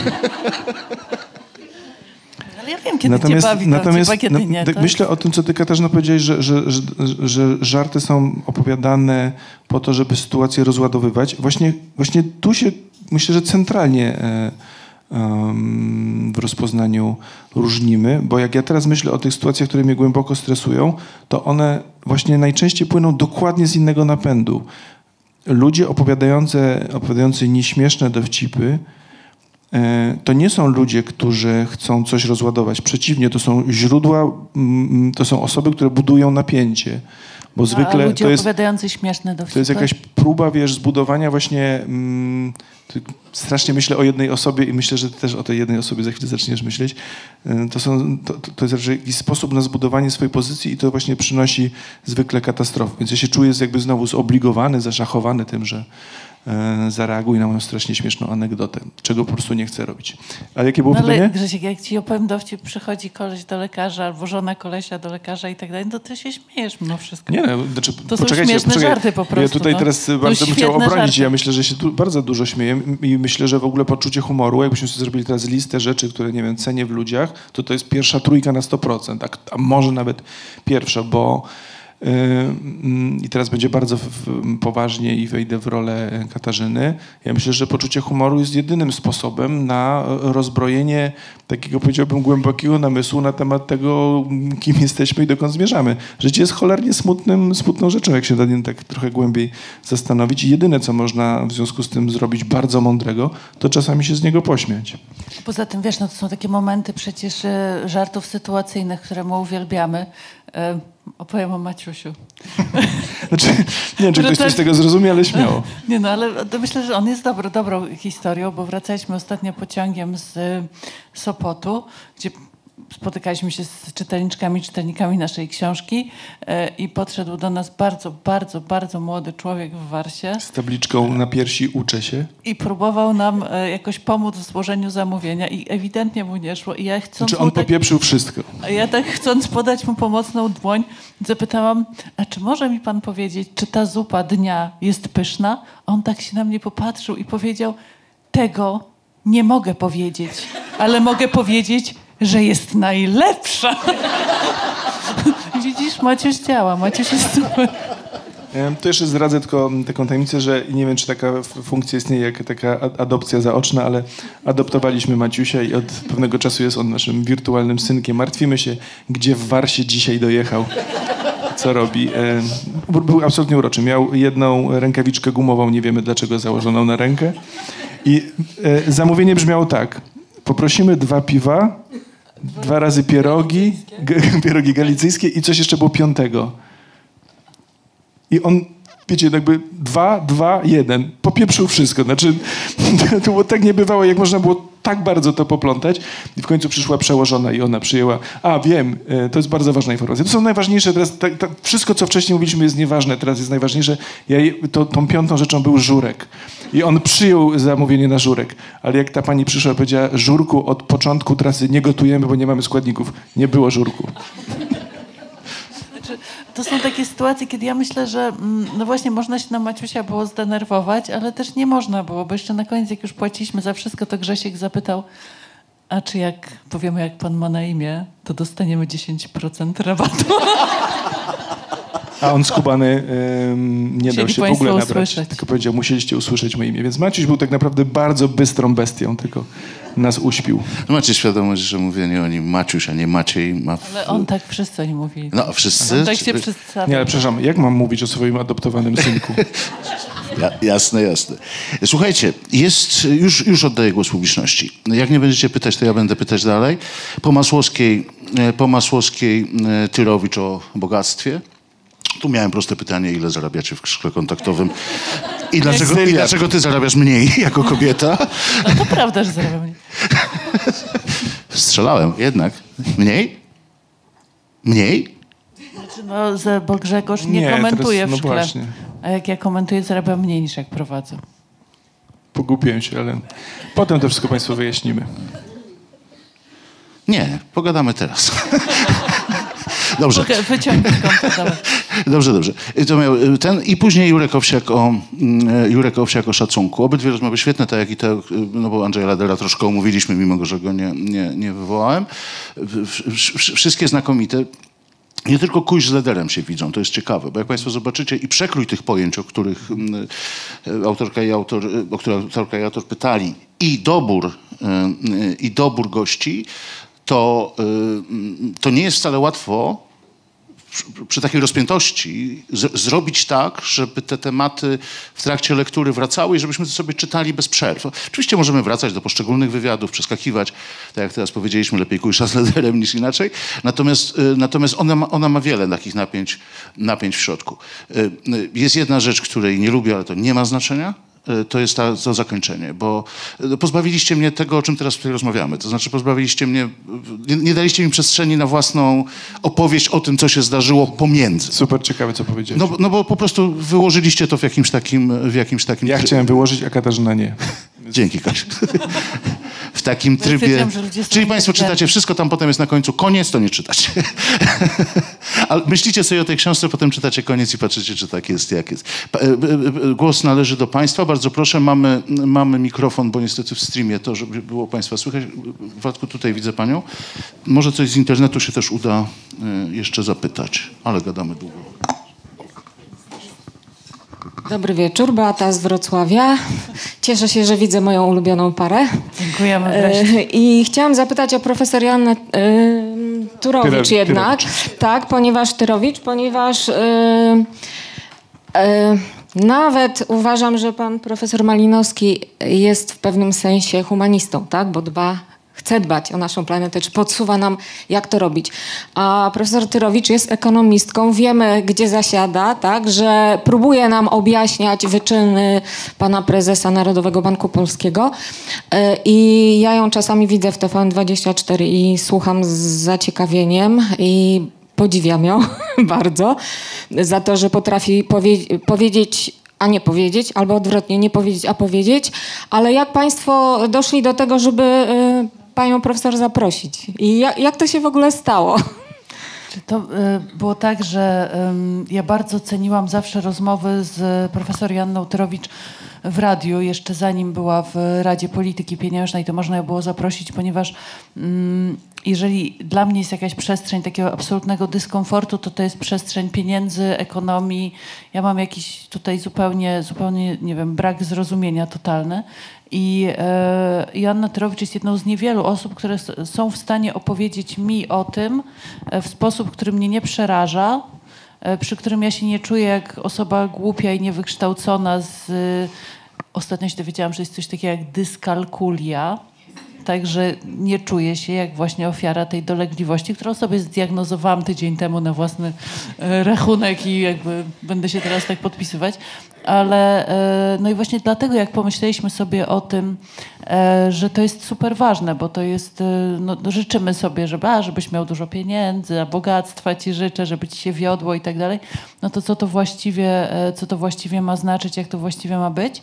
Ale ja wiem, kiedy cię bawi dowcip, a kiedy nie. Tak myślę o tym, co ty, Katarzyna, powiedziałeś, że żarty są opowiadane po to, żeby sytuację rozładowywać. Właśnie tu się, myślę, że centralnie w rozpoznaniu różnimy, bo jak ja teraz myślę o tych sytuacjach, które mnie głęboko stresują, to one właśnie najczęściej płyną dokładnie z innego napędu. Ludzie opowiadający nieśmieszne dowcipy to nie są ludzie, którzy chcą coś rozładować. Przeciwnie, to są źródła, to są osoby, które budują napięcie. Bo zwykle A ludzie to jest... opowiadający śmieszne dowcipy. To jest jakaś próba, wiesz, zbudowania właśnie... strasznie myślę o jednej osobie i myślę, że ty też o tej jednej osobie za chwilę zaczniesz myśleć. To jest raczej jakiś sposób na zbudowanie swojej pozycji i to właśnie przynosi zwykle katastrofę. Więc ja się czuję jakby znowu zobligowany, zaszachowany tym, że zareaguj na moją strasznie śmieszną anegdotę, czego po prostu nie chcę robić. Ale jakie było pytanie? Ale Grzesiek, jak ci opowiem dowcip, przychodzi koleś do lekarza albo żona kolesia do lekarza i tak dalej, to ty się śmiejesz mimo wszystko. Nie, no, znaczy, To są śmieszne żarty po prostu. Ja tutaj teraz bardzo bym chciał świetne obronić. żarty. Ja myślę, że się tu bardzo dużo śmieję i myślę, że w ogóle poczucie humoru, jakbyśmy sobie zrobili teraz listę rzeczy, które, nie wiem, cenię w ludziach, to jest pierwsza trójka na 100%, a może nawet pierwsza, bo i teraz będzie bardzo poważnie i wejdę w rolę Katarzyny. Ja myślę, że poczucie humoru jest jedynym sposobem na rozbrojenie takiego, powiedziałbym, głębokiego namysłu na temat tego, kim jesteśmy i dokąd zmierzamy. Życie jest cholernie smutną rzeczą, jak się nad nim tak trochę głębiej zastanowić. I jedyne, co można w związku z tym zrobić bardzo mądrego, to czasami się z niego pośmiać. Poza tym, wiesz, no to są takie momenty przecież żartów sytuacyjnych, które my uwielbiamy. Opowiem o Maciusiu. Znaczy, nie wiem, czy ktoś coś z tego zrozumie, ale śmiało. Nie no, ale myślę, że on jest dobrą historią, bo wracaliśmy ostatnio pociągiem z Sopotu, gdzie spotykaliśmy się z czytelnikami naszej książki i podszedł do nas bardzo młody człowiek w Warsie. Z tabliczką na piersi uczę się. I próbował nam jakoś pomóc w złożeniu zamówienia i ewidentnie mu nie szło. I ja chcąc Znaczy on popieprzył wszystko. A ja tak chcąc podać mu pomocną dłoń, zapytałam, a czy może mi pan powiedzieć, czy ta zupa dnia jest pyszna? A on tak się na mnie popatrzył i powiedział, tego nie mogę powiedzieć, ale mogę powiedzieć, że jest najlepsza. Widzisz, Maciuś działa, Maciuś jest super. To jeszcze zdradzę tylko taką tajemnicę, że nie wiem, czy taka funkcja istnieje jak taka adopcja zaoczna, ale adoptowaliśmy Maciusia i od pewnego czasu jest on naszym wirtualnym synkiem. Martwimy się, gdzie w Warsie dzisiaj dojechał, co robi. Był absolutnie uroczy. Miał jedną rękawiczkę gumową, nie wiemy dlaczego założoną na rękę. I zamówienie brzmiało tak. Poprosimy 2 piwa, 2 razy pierogi, pierogi galicyjskie i coś jeszcze było 5. I on, wiecie, jakby 2, 2, 1. Popieprzył wszystko. Znaczy, to było tak niebywałe, jak można było tak bardzo to poplątać. I w końcu przyszła przełożona i ona przyjęła. A, wiem, to jest bardzo ważna informacja. To są najważniejsze teraz, wszystko, co wcześniej mówiliśmy, jest nieważne. Teraz jest najważniejsze. Tą 5. rzeczą był żurek. I on przyjął zamówienie na żurek. Ale jak ta pani przyszła, powiedziała, żurku od początku trasy nie gotujemy, bo nie mamy składników. Nie było żurku. To są takie sytuacje, kiedy ja myślę, że no właśnie można się na Maciusia było zdenerwować, ale też nie można było, bo jeszcze na koniec, jak już płaciliśmy za wszystko, to Grzesiek zapytał, a czy jak powiemy, jak pan ma na imię, to dostaniemy 10% rabatu. A on skubany nie dał się w ogóle nabrać. Usłyszeć. Tylko powiedział, musieliście usłyszeć moje imię. Więc Maciuś był tak naprawdę bardzo bystrą bestią, tylko nas uśpił. No macie świadomość, że mówienie o nim Maciuś, a nie Maciej ma... Ale on tak wszyscy oni mówili. No, wszyscy? On tak się przedstawia. Nie, ale przepraszam, jak mam mówić o swoim adoptowanym synku? Jasne. Słuchajcie, już oddaję głos publiczności. Jak nie będziecie pytać, to ja będę pytać dalej. Po Masłowskiej Tyrowicz o bogactwie. Tu miałem proste pytanie, ile zarabiacie w szkle kontaktowym i dlaczego ty zarabiasz mniej jako kobieta? No to prawda, że zarabiam mniej. Strzelałem jednak. Mniej? Mniej? Znaczy, no, bo Grzegorz nie komentuje w szkle. Właśnie. A jak ja komentuję, zarabiam mniej niż jak prowadzę. Pogubiłem się, ale potem to wszystko państwu wyjaśnimy. Nie, pogadamy teraz. Dobrze. Wyciągnę konto. Dobrze. To miał i później Jurek Owsiak o szacunku. Obydwie rozmowy świetne, tak jak i te, no bo Andrzeja Ladera troszkę omówiliśmy, mimo że go nie wywołałem. Wszystkie znakomite. Nie tylko Kuś z Lederem się widzą, to jest ciekawe, bo jak państwo zobaczycie i przekrój tych pojęć, o których autorka i autor pytali, i dobór gości, to nie jest wcale łatwo przy takiej rozpiętości zrobić tak, żeby te tematy w trakcie lektury wracały i żebyśmy to sobie czytali bez przerw. Oczywiście możemy wracać do poszczególnych wywiadów, przeskakiwać, tak jak teraz powiedzieliśmy, lepiej kujsza z lederem niż inaczej. Natomiast ona ma wiele takich napięć w środku. Jest jedna rzecz, której nie lubię, ale to nie ma znaczenia. To jest to zakończenie, bo pozbawiliście mnie tego, o czym teraz tutaj rozmawiamy. To znaczy pozbawiliście mnie, nie daliście mi przestrzeni na własną opowieść o tym, co się zdarzyło pomiędzy. Super ciekawe, co powiedziałeś. No bo po prostu wyłożyliście to w jakimś takim... Ja chciałem wyłożyć, a Katarzyna nie. Dzięki, Kasiu. W takim trybie... Stwierdziłam, że ludzie są Czyli państwo inteligentni. czytacie wszystko, tam potem jest na końcu koniec, to nie czytacie. Ale myślicie sobie o tej książce, potem czytacie koniec i patrzycie, czy tak jest, jak jest. Głos należy do państwa. Bardzo proszę, mamy mikrofon, bo niestety w streamie to, żeby było państwa słychać. Władku, tutaj widzę panią. Może coś z internetu się też uda jeszcze zapytać, ale gadamy długo. Dobry wieczór, Beata z Wrocławia. Cieszę się, że widzę moją ulubioną parę. Dziękujemy wreszcie. I chciałam zapytać o profesor Joannę Tyrowicz jednak. Tak, ponieważ nawet uważam, że pan profesor Malinowski jest w pewnym sensie humanistą, tak, bo chce dbać o naszą planetę, czy podsuwa nam, jak to robić. A profesor Tyrowicz jest ekonomistką, wiemy, gdzie zasiada, tak, że próbuje nam objaśniać wyczyny pana prezesa Narodowego Banku Polskiego. I ja ją czasami widzę w TVN24 i słucham z zaciekawieniem i podziwiam ją bardzo za to, że potrafi powiedzieć, a nie powiedzieć, albo odwrotnie, nie powiedzieć, a powiedzieć. Ale jak państwo doszli do tego, żeby panią profesor zaprosić? I jak to się w ogóle stało? To było tak, że ja bardzo ceniłam zawsze rozmowy z profesor Joanną Tyrowicz w radiu, jeszcze zanim była w Radzie Polityki Pieniężnej, to można ją było zaprosić, ponieważ jeżeli dla mnie jest jakaś przestrzeń takiego absolutnego dyskomfortu, to jest przestrzeń pieniędzy, ekonomii. Ja mam jakiś tutaj zupełnie, nie wiem, brak zrozumienia totalny. I Joanna Tyrowicz jest jedną z niewielu osób, które są w stanie opowiedzieć mi o tym w sposób, który mnie nie przeraża, przy którym ja się nie czuję jak osoba głupia i niewykształcona ostatnio się dowiedziałam, że jest coś takiego jak dyskalkulia. Także nie czuję się jak właśnie ofiara tej dolegliwości, którą sobie zdiagnozowałam tydzień temu na własny rachunek i jakby będę się teraz tak podpisywać. Ale no i właśnie dlatego, jak pomyśleliśmy sobie o tym, że to jest super ważne, bo to jest, no życzymy sobie, żebyś miał dużo pieniędzy, a bogactwa ci życzę, żeby ci się wiodło i tak dalej, no to co to właściwie ma znaczyć, jak to właściwie ma być.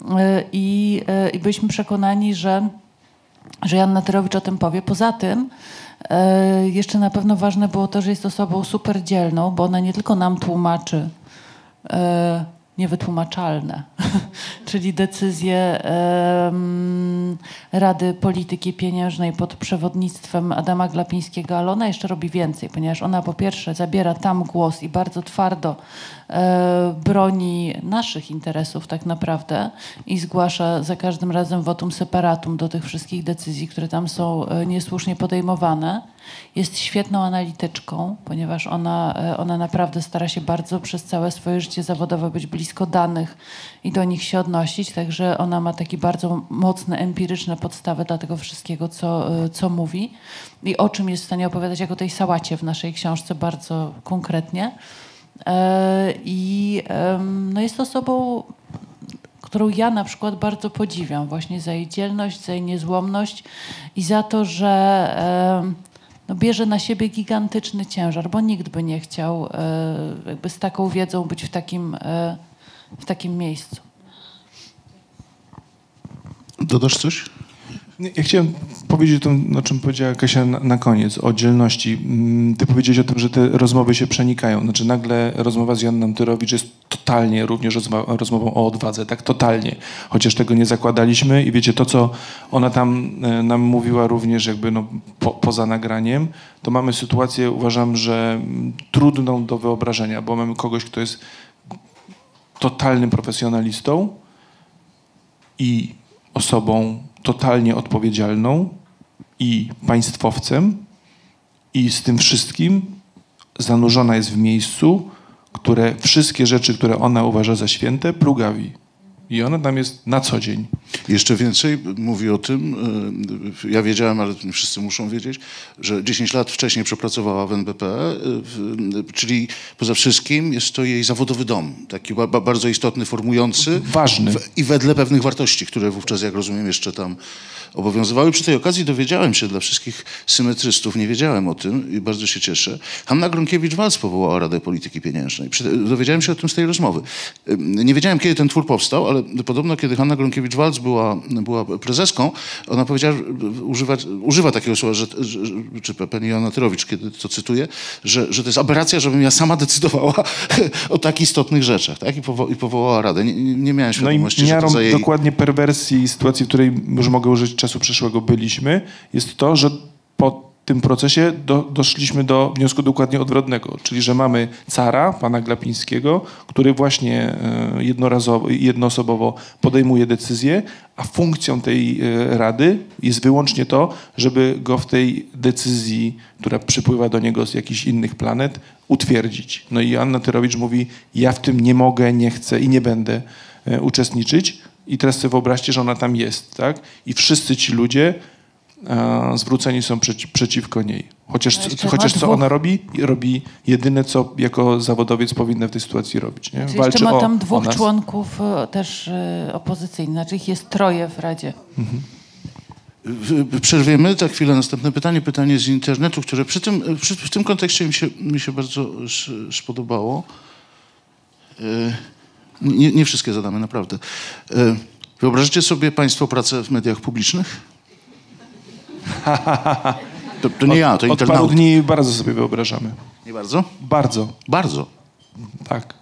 I byliśmy przekonani, że Joanna Tyrowicz o tym powie. Poza tym jeszcze na pewno ważne było to, że jest osobą super dzielną, bo ona nie tylko nam tłumaczy niewytłumaczalne, czyli decyzje Rady Polityki Pieniężnej pod przewodnictwem Adama Glapińskiego, ale ona jeszcze robi więcej, ponieważ ona po pierwsze zabiera tam głos i bardzo twardo broni naszych interesów tak naprawdę i zgłasza za każdym razem votum separatum do tych wszystkich decyzji, które tam są niesłusznie podejmowane. Jest świetną analityczką, ponieważ ona naprawdę stara się bardzo przez całe swoje życie zawodowe być blisko danych i do nich się odnosić, także ona ma takie bardzo mocne, empiryczne podstawy dla tego wszystkiego, co mówi i o czym jest w stanie opowiadać, jak o tej sałacie w naszej książce bardzo konkretnie. No jest osobą, którą ja na przykład bardzo podziwiam właśnie za jej dzielność, za jej niezłomność i za to, że no bierze na siebie gigantyczny ciężar, bo nikt by nie chciał jakby z taką wiedzą być w takim miejscu. Dodasz coś? Ja chciałem powiedzieć o tym, o czym powiedziała Kasia na koniec, o dzielności. Ty powiedziałeś o tym, że te rozmowy się przenikają. Znaczy nagle rozmowa z Joanną Tyrowicz jest totalnie również rozmową o odwadze, tak totalnie. Chociaż tego nie zakładaliśmy i wiecie, to co ona tam nam mówiła również jakby no, poza nagraniem, to mamy sytuację, uważam, że trudną do wyobrażenia, bo mamy kogoś, kto jest totalnym profesjonalistą i osobą totalnie odpowiedzialną i państwowcem i z tym wszystkim zanurzona jest w miejscu, które wszystkie rzeczy, które ona uważa za święte, plugawi. I ona tam jest na co dzień. Jeszcze więcej mówi o tym, ja wiedziałem, ale nie wszyscy muszą wiedzieć, że 10 lat wcześniej przepracowała w NBP, czyli poza wszystkim jest to jej zawodowy dom, taki bardzo istotny, formujący. Ważny. I wedle pewnych wartości, które wówczas, jak rozumiem, jeszcze tam obowiązywały. Przy tej okazji dowiedziałem się dla wszystkich symetrystów, nie wiedziałem o tym i bardzo się cieszę. Hanna Gronkiewicz-Waltz powołała Radę Polityki Pieniężnej. Dowiedziałem się o tym z tej rozmowy. Nie wiedziałem, kiedy ten twór powstał, ale podobno, kiedy Hanna Gronkiewicz-Waltz była prezeską, ona powiedziała, używa takiego słowa, czy pani Joanna Tyrowicz, kiedy to cytuję, że to jest aberracja, żebym ja sama decydowała o tak istotnych rzeczach, tak? I powołała Radę. Nie miałem świadomości, No i że to miarą za jej... dokładnie perwersji sytuacji, w której już mogę użyć czasu przeszłego byliśmy, jest to, że po tym procesie doszliśmy do wniosku dokładnie odwrotnego, czyli że mamy cara, pana Glapińskiego, który właśnie jednoosobowo podejmuje decyzje, a funkcją tej rady jest wyłącznie to, żeby go w tej decyzji, która przypływa do niego z jakichś innych planet, utwierdzić. No i Anna Tyrowicz mówi, ja w tym nie mogę, nie chcę i nie będę uczestniczyć. I teraz sobie wyobraźcie, że ona tam jest, tak? I wszyscy ci ludzie zwróceni są przeciwko niej. Chociaż co ona robi? Robi jedyne, co jako zawodowiec powinna w tej sytuacji robić. Nie? Czyli Walczy jeszcze ma tam o nas. członków też opozycyjnych, znaczy ich jest 3 w Radzie. Przerwiemy za chwilę następne pytanie z internetu, które w tym kontekście mi się bardzo spodobało. Nie wszystkie zadamy, naprawdę. Wyobraźcie sobie państwo pracę w mediach publicznych? To nie ja, to Od internauta. paru dni bardzo sobie wyobrażamy. Nie bardzo? Bardzo. Bardzo. Tak.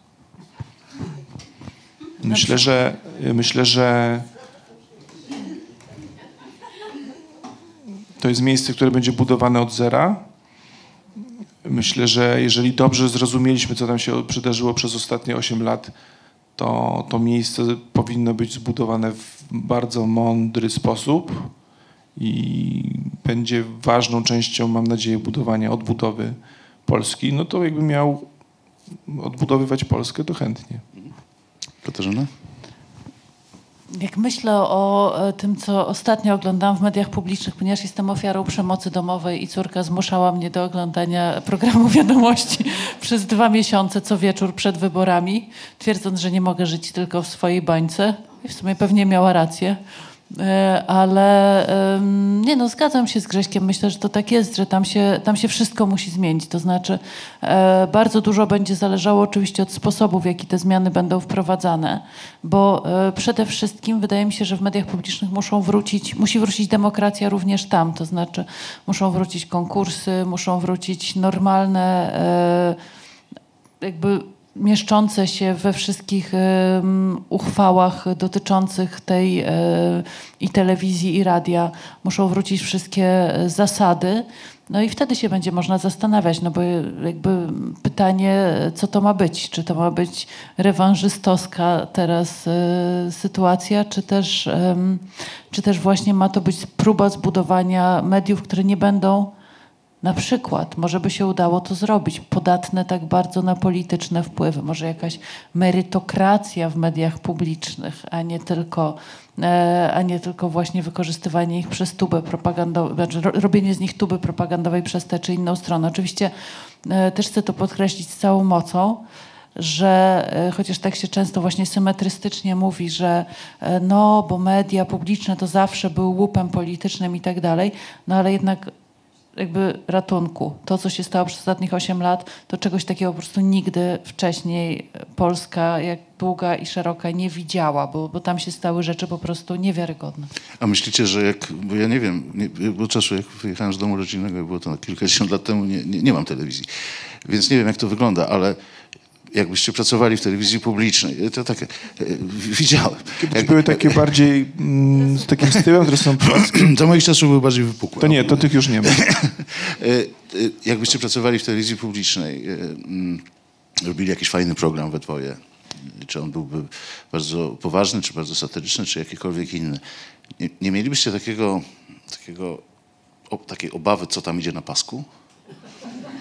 Myślę, że to jest miejsce, które będzie budowane od zera. Myślę, że jeżeli dobrze zrozumieliśmy, co tam się przydarzyło przez ostatnie 8 lat, to miejsce powinno być zbudowane w bardzo mądry sposób i będzie ważną częścią, mam nadzieję, budowania, odbudowy Polski. No to jakby miał odbudowywać Polskę, to chętnie. Katarzyna? Jak myślę o tym, co ostatnio oglądałam w mediach publicznych, ponieważ jestem ofiarą przemocy domowej i córka zmuszała mnie do oglądania programu Wiadomości przez 2 miesiące co wieczór przed wyborami, twierdząc, że nie mogę żyć tylko w swojej bańce. I w sumie pewnie miała rację. Ale nie no, zgadzam się z Grześkiem. Myślę, że to tak jest, że tam się wszystko musi zmienić. To znaczy bardzo dużo będzie zależało oczywiście od sposobu, w jaki te zmiany będą wprowadzane, bo przede wszystkim wydaje mi się, że w mediach publicznych musi wrócić demokracja również tam. To znaczy muszą wrócić konkursy, muszą wrócić normalne jakby mieszczące się we wszystkich uchwałach dotyczących tej i telewizji, i radia, muszą wrócić wszystkie zasady. No i wtedy się będzie można zastanawiać, no bo jakby pytanie, co to ma być? Czy to ma być rewanżystowska teraz sytuacja, czy też właśnie ma to być próba zbudowania mediów, które nie będą na przykład, może by się udało to zrobić, podatne tak bardzo na polityczne wpływy, może jakaś merytokracja w mediach publicznych, a nie tylko właśnie wykorzystywanie ich przez tubę propagandową, znaczy robienie z nich tuby propagandowej przez tę czy inną stronę. Oczywiście też chcę to podkreślić z całą mocą, że chociaż tak się często właśnie symetrystycznie mówi, że no, bo media publiczne to zawsze był łupem politycznym i tak dalej, no ale jednak jakby ratunku. To, co się stało przez ostatnich 8 lat, to czegoś takiego po prostu nigdy wcześniej Polska, jak długa i szeroka, nie widziała, bo tam się stały rzeczy po prostu niewiarygodne. A myślicie, że bo ja nie wiem, bo czasu jak wyjechałem z domu rodzinnego, było to kilkadziesiąt lat temu, nie mam telewizji, więc nie wiem, jak to wygląda, ale jakbyście pracowali w telewizji publicznej, to takie widziałem. Kiedyś były takie bardziej z takim stylem, które są płaskie. Za moich czasów były bardziej wypukłe. To nie, to tych już nie ma. Jakbyście pracowali w telewizji publicznej, robili jakiś fajny program we dwoje, czy on byłby bardzo poważny, czy bardzo satyryczny, czy jakikolwiek inny, nie mielibyście takiej obawy, co tam idzie na pasku?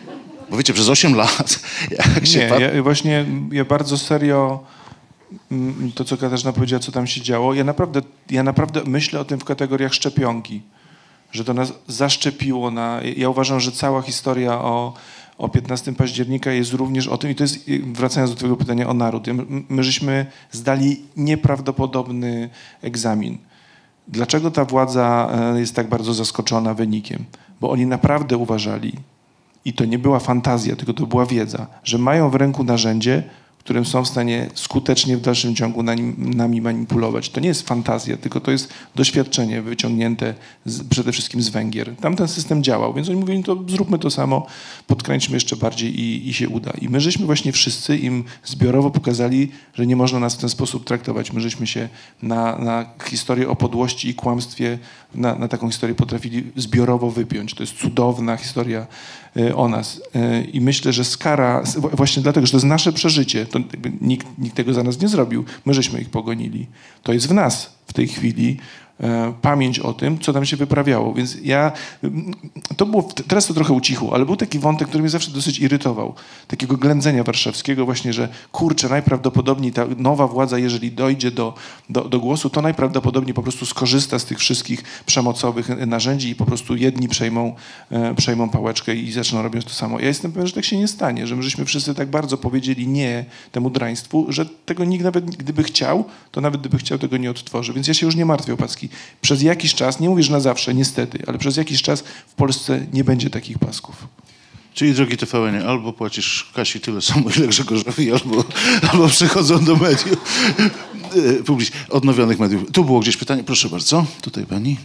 Bo wiecie, przez 8 lat, jak się Ja bardzo serio, to co Katarzyna powiedziała, co tam się działo, ja naprawdę myślę o tym w kategoriach szczepionki, że to nas zaszczepiło ja uważam, że cała historia o 15 października jest również o tym, i to jest, wracając do tego pytania o naród, my żeśmy zdali nieprawdopodobny egzamin. Dlaczego ta władza jest tak bardzo zaskoczona wynikiem? Bo oni naprawdę uważali, i to nie była fantazja, tylko to była wiedza, że mają w ręku narzędzie, którym są w stanie skutecznie w dalszym ciągu nami manipulować. To nie jest fantazja, tylko to jest doświadczenie wyciągnięte przede wszystkim z Węgier. Tam ten system działał, więc oni mówili, to zróbmy to samo, podkręćmy jeszcze bardziej i się uda. I my żeśmy właśnie wszyscy im zbiorowo pokazali, że nie można nas w ten sposób traktować. My żeśmy się na historię o podłości i kłamstwie, na taką historię potrafili zbiorowo wypiąć. To jest cudowna historia o nas. I myślę, że skara, właśnie dlatego, że to jest nasze przeżycie, to nikt tego za nas nie zrobił, my żeśmy ich pogonili. To jest w nas w tej chwili pamięć o tym, co tam się wyprawiało. Więc to było, teraz to trochę ucichło, ale był taki wątek, który mnie zawsze dosyć irytował. Takiego ględzenia warszawskiego właśnie, że kurczę, najprawdopodobniej ta nowa władza, jeżeli dojdzie do głosu, to najprawdopodobniej po prostu skorzysta z tych wszystkich przemocowych narzędzi i po prostu jedni przejmą pałeczkę i zaczną robić to samo. Ja jestem pewien, że tak się nie stanie, że my żeśmy wszyscy tak bardzo powiedzieli nie temu draństwu, że tego nikt nawet gdyby chciał, to nawet gdyby chciał, tego nie odtworzy. Więc ja się już nie martwię, Opacki. Przez jakiś czas, nie mówię, że na zawsze, niestety, ale przez jakiś czas w Polsce nie będzie takich pasków. Czyli, drogi TVN, albo płacisz Kasi tyle samo, ile Grzegorzowi, albo przychodzą do mediów publicznych, odnowionych mediów. Tu było gdzieś pytanie, proszę bardzo, tutaj pani.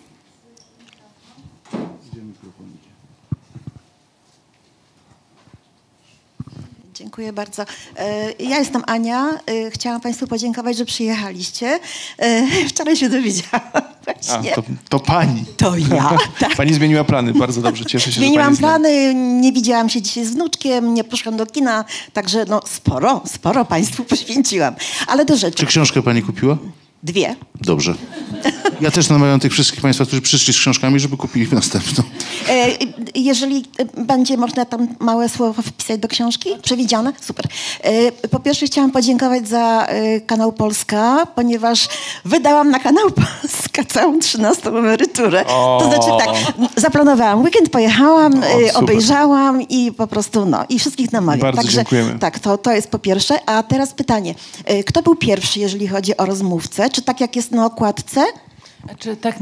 Dziękuję bardzo. Ja jestem Ania. Chciałam Państwu podziękować, że przyjechaliście. Wczoraj się dowiedziałam właśnie. To pani. To ja, tak. Pani zmieniła plany, bardzo dobrze, cieszę się, Zmieniłam że pani plany, nie widziałam się dzisiaj z wnuczkiem, nie poszłam do kina, także no sporo Państwu poświęciłam. Ale do rzeczy. Czy książkę pani kupiła? 2. Dobrze. Ja też namawiam tych wszystkich państwa, którzy przyszli z książkami, żeby kupili następną. Jeżeli będzie można tam małe słowo wpisać do książki, przewidziane, super. Po pierwsze chciałam podziękować za Kanał Polska, ponieważ wydałam na Kanał Polska całą 13. emeryturę. To znaczy tak, zaplanowałam weekend, pojechałam, obejrzałam i po prostu i wszystkich namawiam. Bardzo dziękujemy. Tak, to jest po pierwsze. A teraz pytanie, kto był pierwszy, jeżeli chodzi o rozmówcę? Czy tak jak jest na okładce? Czy tak,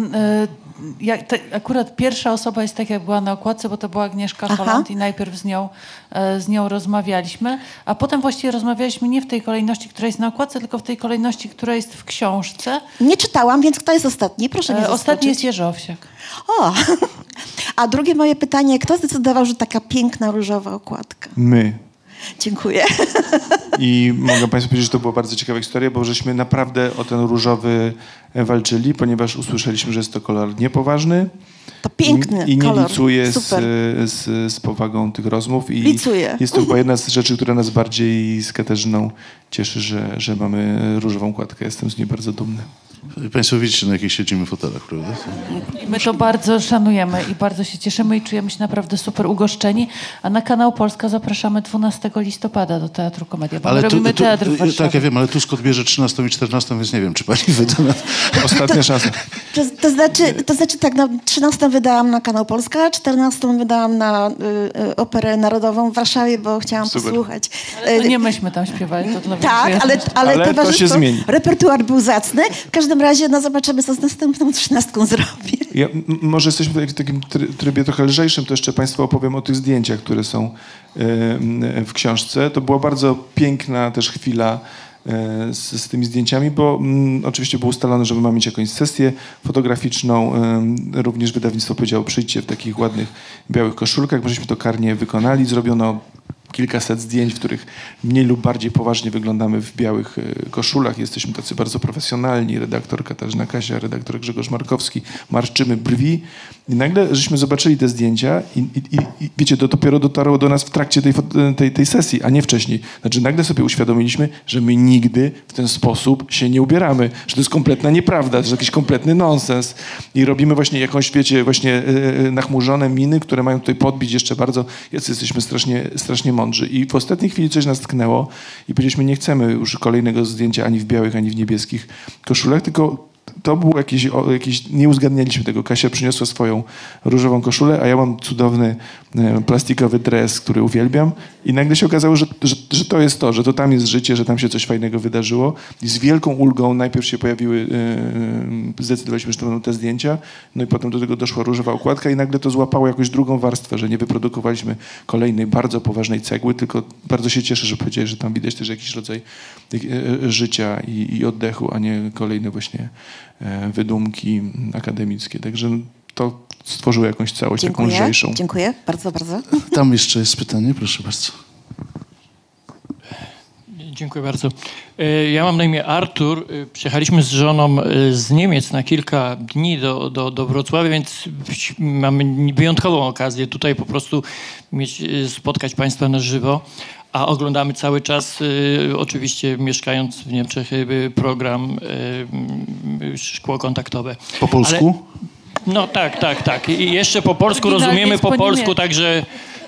akurat pierwsza osoba jest tak, jak była na okładce, bo to była Agnieszka Holland i najpierw z nią rozmawialiśmy, a potem właściwie rozmawialiśmy nie w tej kolejności, która jest na okładce, tylko w tej kolejności, która jest w książce. Nie czytałam, więc kto jest ostatni? Proszę mnie zaskoczyć. Ostatni jest Jerzy Owsiak. O! A drugie moje pytanie, kto zdecydował, że taka piękna, różowa okładka? My. Dziękuję. I mogę Państwu powiedzieć, że to była bardzo ciekawa historia, bo żeśmy naprawdę o ten różowy walczyli, ponieważ usłyszeliśmy, że jest to kolor niepoważny. To piękny I nie kolor. licuje Super. z powagą tych rozmów. I Licuje. jest to chyba jedna z rzeczy, która nas bardziej z Katarzyną cieszy, że mamy różową kładkę. Jestem z niej bardzo dumny. Państwo widzicie, na jakich siedzimy fotelach, prawda? I my to bardzo szanujemy i bardzo się cieszymy i czujemy się naprawdę super ugoszczeni. A na Kanał Polska zapraszamy 12 listopada do Teatru Komedia, bo my robimy teatr w Warszawie. Tak, ja wiem, ale Tusk odbierze 13 i 14, więc nie wiem, czy pani wyda na... Ostatnia szansa. To znaczy tak, 13 wydałam na Kanał Polska, 14 wydałam na Operę Narodową w Warszawie, bo chciałam posłuchać. Ale to nie myśmy tam śpiewali, to dla Tak, wyjaśnienia. ale to towarzystwo, się zmieni. repertuar był zacny. W każdym razie zobaczymy, co z następną 13 zrobię. Ja, może jesteśmy w takim trybie trochę lżejszym, to jeszcze Państwu opowiem o tych zdjęciach, które są w książce. To była bardzo piękna też chwila z tymi zdjęciami, bo oczywiście było ustalone, że mamy mieć jakąś sesję fotograficzną. Również wydawnictwo powiedziało, przyjdźcie w takich ładnych białych koszulkach. Myśmy to karnie wykonali. Zrobiono kilkaset zdjęć, w których mniej lub bardziej poważnie wyglądamy w białych koszulach. Jesteśmy tacy bardzo profesjonalni. Redaktor Katarzyna Kasia, redaktor Grzegorz Markowski. Marszczymy brwi. I nagle żeśmy zobaczyli te zdjęcia i wiecie, to dopiero dotarło do nas w trakcie tej sesji, a nie wcześniej. Znaczy nagle sobie uświadomiliśmy, że my nigdy w ten sposób się nie ubieramy, że to jest kompletna nieprawda, że to jest jakiś kompletny nonsens i robimy właśnie jakąś, wiecie, właśnie nachmurzone miny, które mają tutaj podbić jeszcze bardzo, jesteśmy strasznie mądrzy. I w ostatniej chwili coś nas tknęło i powiedzieliśmy, nie chcemy już kolejnego zdjęcia ani w białych, ani w niebieskich koszulach, tylko to było jakieś, nie uzgadnialiśmy tego. Kasia przyniosła swoją różową koszulę, a ja mam cudowny plastikowy dres, który uwielbiam i nagle się okazało, że to jest to, że to tam jest życie, że tam się coś fajnego wydarzyło i z wielką ulgą najpierw się pojawiły, zdecydowaliśmy, że to będą te zdjęcia, no i potem do tego doszła różowa okładka i nagle to złapało jakąś drugą warstwę, że nie wyprodukowaliśmy kolejnej bardzo poważnej cegły, tylko bardzo się cieszę, że powiedziałeś, że tam widać też jakiś rodzaj życia i oddechu, a nie kolejne właśnie wydumki akademickie. Także to stworzyło jakąś całość taką lżejszą. Dziękuję, bardzo, bardzo. Tam jeszcze jest pytanie, proszę bardzo. Dziękuję bardzo. Ja mam na imię Artur. Przyjechaliśmy z żoną z Niemiec na kilka dni do Wrocławia, więc mamy wyjątkową okazję tutaj po prostu spotkać Państwa na żywo. A oglądamy cały czas, oczywiście mieszkając w Niemczech, program Szkło kontaktowe. Po polsku? Ale, no tak. I jeszcze po polsku, rozumiemy po polsku, także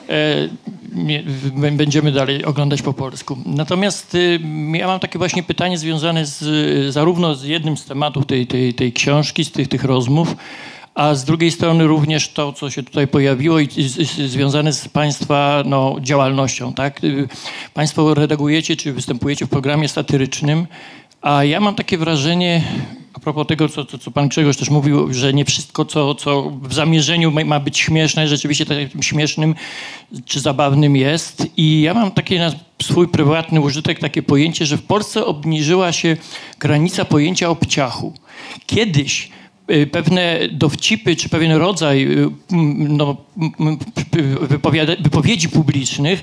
będziemy dalej oglądać po polsku. Natomiast ja mam takie właśnie pytanie związane zarówno z jednym z tematów tej książki, z tych rozmów, a z drugiej strony również to, co się tutaj pojawiło i związane z Państwa działalnością, tak? Państwo redagujecie czy występujecie w programie satyrycznym, a ja mam takie wrażenie, a propos tego, co pan Grzegorz też mówił, że nie wszystko, co w zamierzeniu ma być śmieszne, rzeczywiście takim śmiesznym czy zabawnym jest. I ja mam takie na swój prywatny użytek takie pojęcie, że w Polsce obniżyła się granica pojęcia obciachu. Kiedyś pewne dowcipy czy pewien rodzaj wypowiedzi publicznych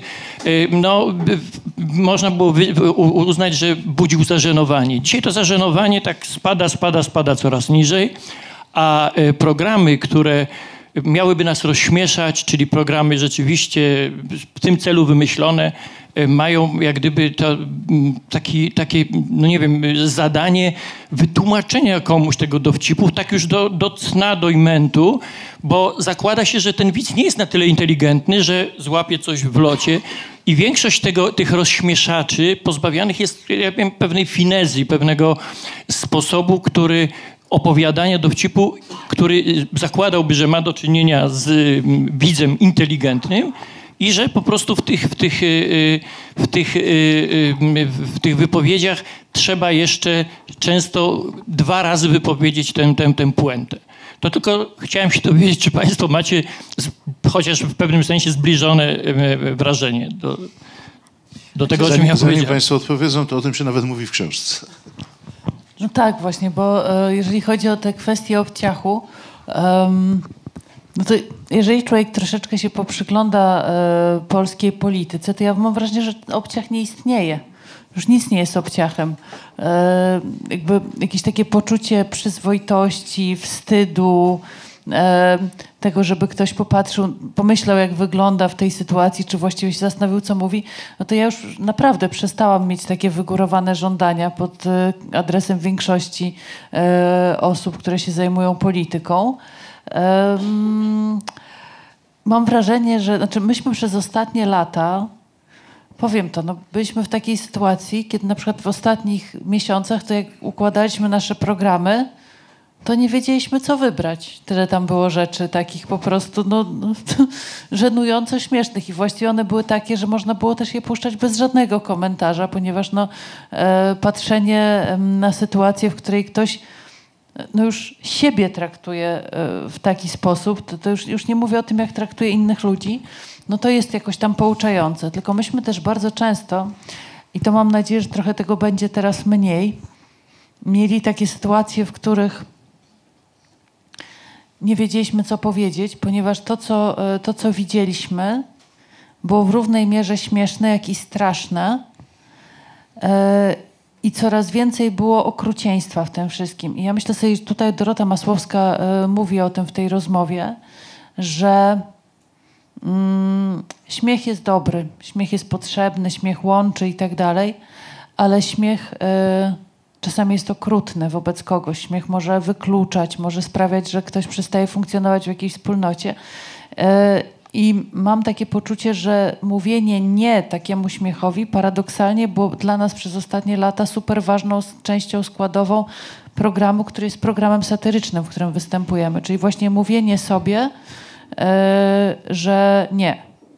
można było uznać, że budził zażenowanie. Dzisiaj to zażenowanie tak spada coraz niżej, a programy, które miałyby nas rozśmieszać, czyli programy rzeczywiście w tym celu wymyślone, mają jak gdyby takie, no nie wiem, zadanie wytłumaczenia komuś tego dowcipu, tak już do cna, do imentu, bo zakłada się, że ten widz nie jest na tyle inteligentny, że złapie coś w locie i większość tych rozśmieszaczy pozbawianych jest, ja wiem, pewnej finezji, pewnego sposobu, opowiadania dowcipu, który zakładałby, że ma do czynienia z widzem inteligentnym i że po prostu w tych wypowiedziach trzeba jeszcze często 2 razy wypowiedzieć tę puentę. To tylko chciałem się dowiedzieć, czy Państwo macie chociaż w pewnym sensie zbliżone wrażenie do tego, o czym ja Zanim powiedziałem. Państwo odpowiedzą, to o tym się nawet mówi w książce. No tak, właśnie, bo jeżeli chodzi o te kwestie obciachu, no to jeżeli człowiek troszeczkę się poprzygląda polskiej polityce, to ja mam wrażenie, że obciach nie istnieje. Już nic nie jest obciachem. Jakby jakieś takie poczucie przyzwoitości, wstydu, tego, żeby ktoś pomyślał, jak wygląda w tej sytuacji, czy właściwie się zastanowił, co mówi, no to ja już naprawdę przestałam mieć takie wygórowane żądania pod adresem większości osób, które się zajmują polityką. Mam wrażenie, że myśmy przez ostatnie lata, powiem to, byliśmy w takiej sytuacji, kiedy na przykład w ostatnich miesiącach, to jak układaliśmy nasze programy, to nie wiedzieliśmy, co wybrać. Tyle tam było rzeczy takich po prostu żenująco śmiesznych i właściwie one były takie, że można było też je puszczać bez żadnego komentarza, ponieważ patrzenie na sytuację, w której ktoś już siebie traktuje w taki sposób, to już nie mówię o tym, jak traktuje innych ludzi, no to jest jakoś tam pouczające. Tylko myśmy też bardzo często, i to mam nadzieję, że trochę tego będzie teraz mniej, mieli takie sytuacje, w których nie wiedzieliśmy, co powiedzieć, ponieważ to, co widzieliśmy, było w równej mierze śmieszne, jak i straszne. I coraz więcej było okrucieństwa w tym wszystkim. I ja myślę sobie, że tutaj Dorota Masłowska mówi o tym w tej rozmowie, że śmiech jest dobry, śmiech jest potrzebny, śmiech łączy i tak dalej, ale śmiech czasami jest okrutny wobec kogoś. Śmiech może wykluczać, może sprawiać, że ktoś przestaje funkcjonować w jakiejś wspólnocie. I mam takie poczucie, że mówienie nie takiemu śmiechowi paradoksalnie było dla nas przez ostatnie lata super ważną częścią składową programu, który jest programem satyrycznym, w którym występujemy. Czyli właśnie mówienie sobie, że nie.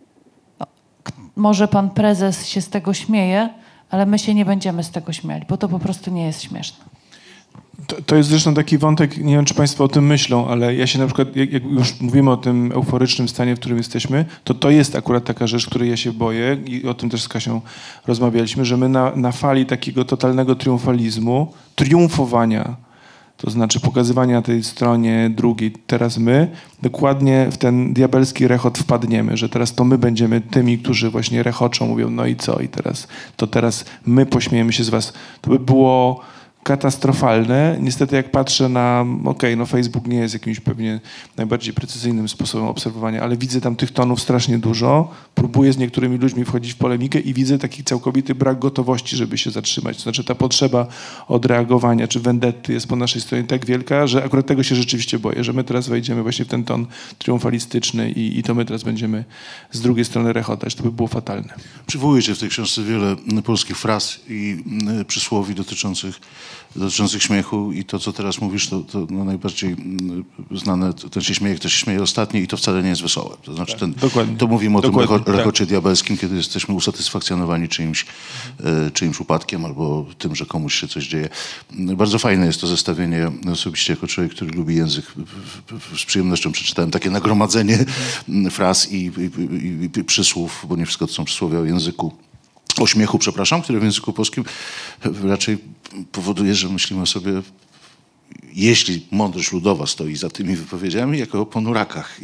Może pan prezes się z tego śmieje, ale my się nie będziemy z tego śmiać, bo to po prostu nie jest śmieszne. To jest zresztą taki wątek, nie wiem, czy państwo o tym myślą, ale ja się na przykład, jak już mówimy o tym euforycznym stanie, w którym jesteśmy, to jest akurat taka rzecz, której ja się boję i o tym też z Kasią rozmawialiśmy, że my na fali takiego totalnego triumfalizmu, triumfowania, to znaczy pokazywania tej stronie drugiej, teraz my dokładnie w ten diabelski rechot wpadniemy, że teraz to my będziemy tymi, którzy właśnie rechoczą, mówią no i co, i teraz my pośmiejemy się z was. To by było katastrofalne. Niestety jak patrzę na, Facebook nie jest jakimś pewnie najbardziej precyzyjnym sposobem obserwowania, ale widzę tam tych tonów strasznie dużo. Próbuję z niektórymi ludźmi wchodzić w polemikę i widzę taki całkowity brak gotowości, żeby się zatrzymać. To znaczy ta potrzeba odreagowania czy wendetty jest po naszej stronie tak wielka, że akurat tego się rzeczywiście boję, że my teraz wejdziemy właśnie w ten ton triumfalistyczny i to my teraz będziemy z drugiej strony rechotać. To by było fatalne. Przywołujecie w tej książce wiele polskich fraz i przysłowi dotyczących śmiechu i to, co teraz mówisz, to najbardziej znane, ten się śmieje, ktoś się śmieje ostatni i to wcale nie jest wesołe. To znaczy, to mówimy o tym rechocie diabelskim, kiedy jesteśmy usatysfakcjonowani czyimś upadkiem albo tym, że komuś się coś dzieje. Bardzo fajne jest to zestawienie. Osobiście jako człowiek, który lubi język, z przyjemnością przeczytałem takie nagromadzenie fraz i przysłów, bo nie wszystko to są przysłowia o języku. O śmiechu, przepraszam, który w języku polskim raczej powoduje, że myślimy o sobie, jeśli mądrość ludowa stoi za tymi wypowiedziami, jako o ponurakach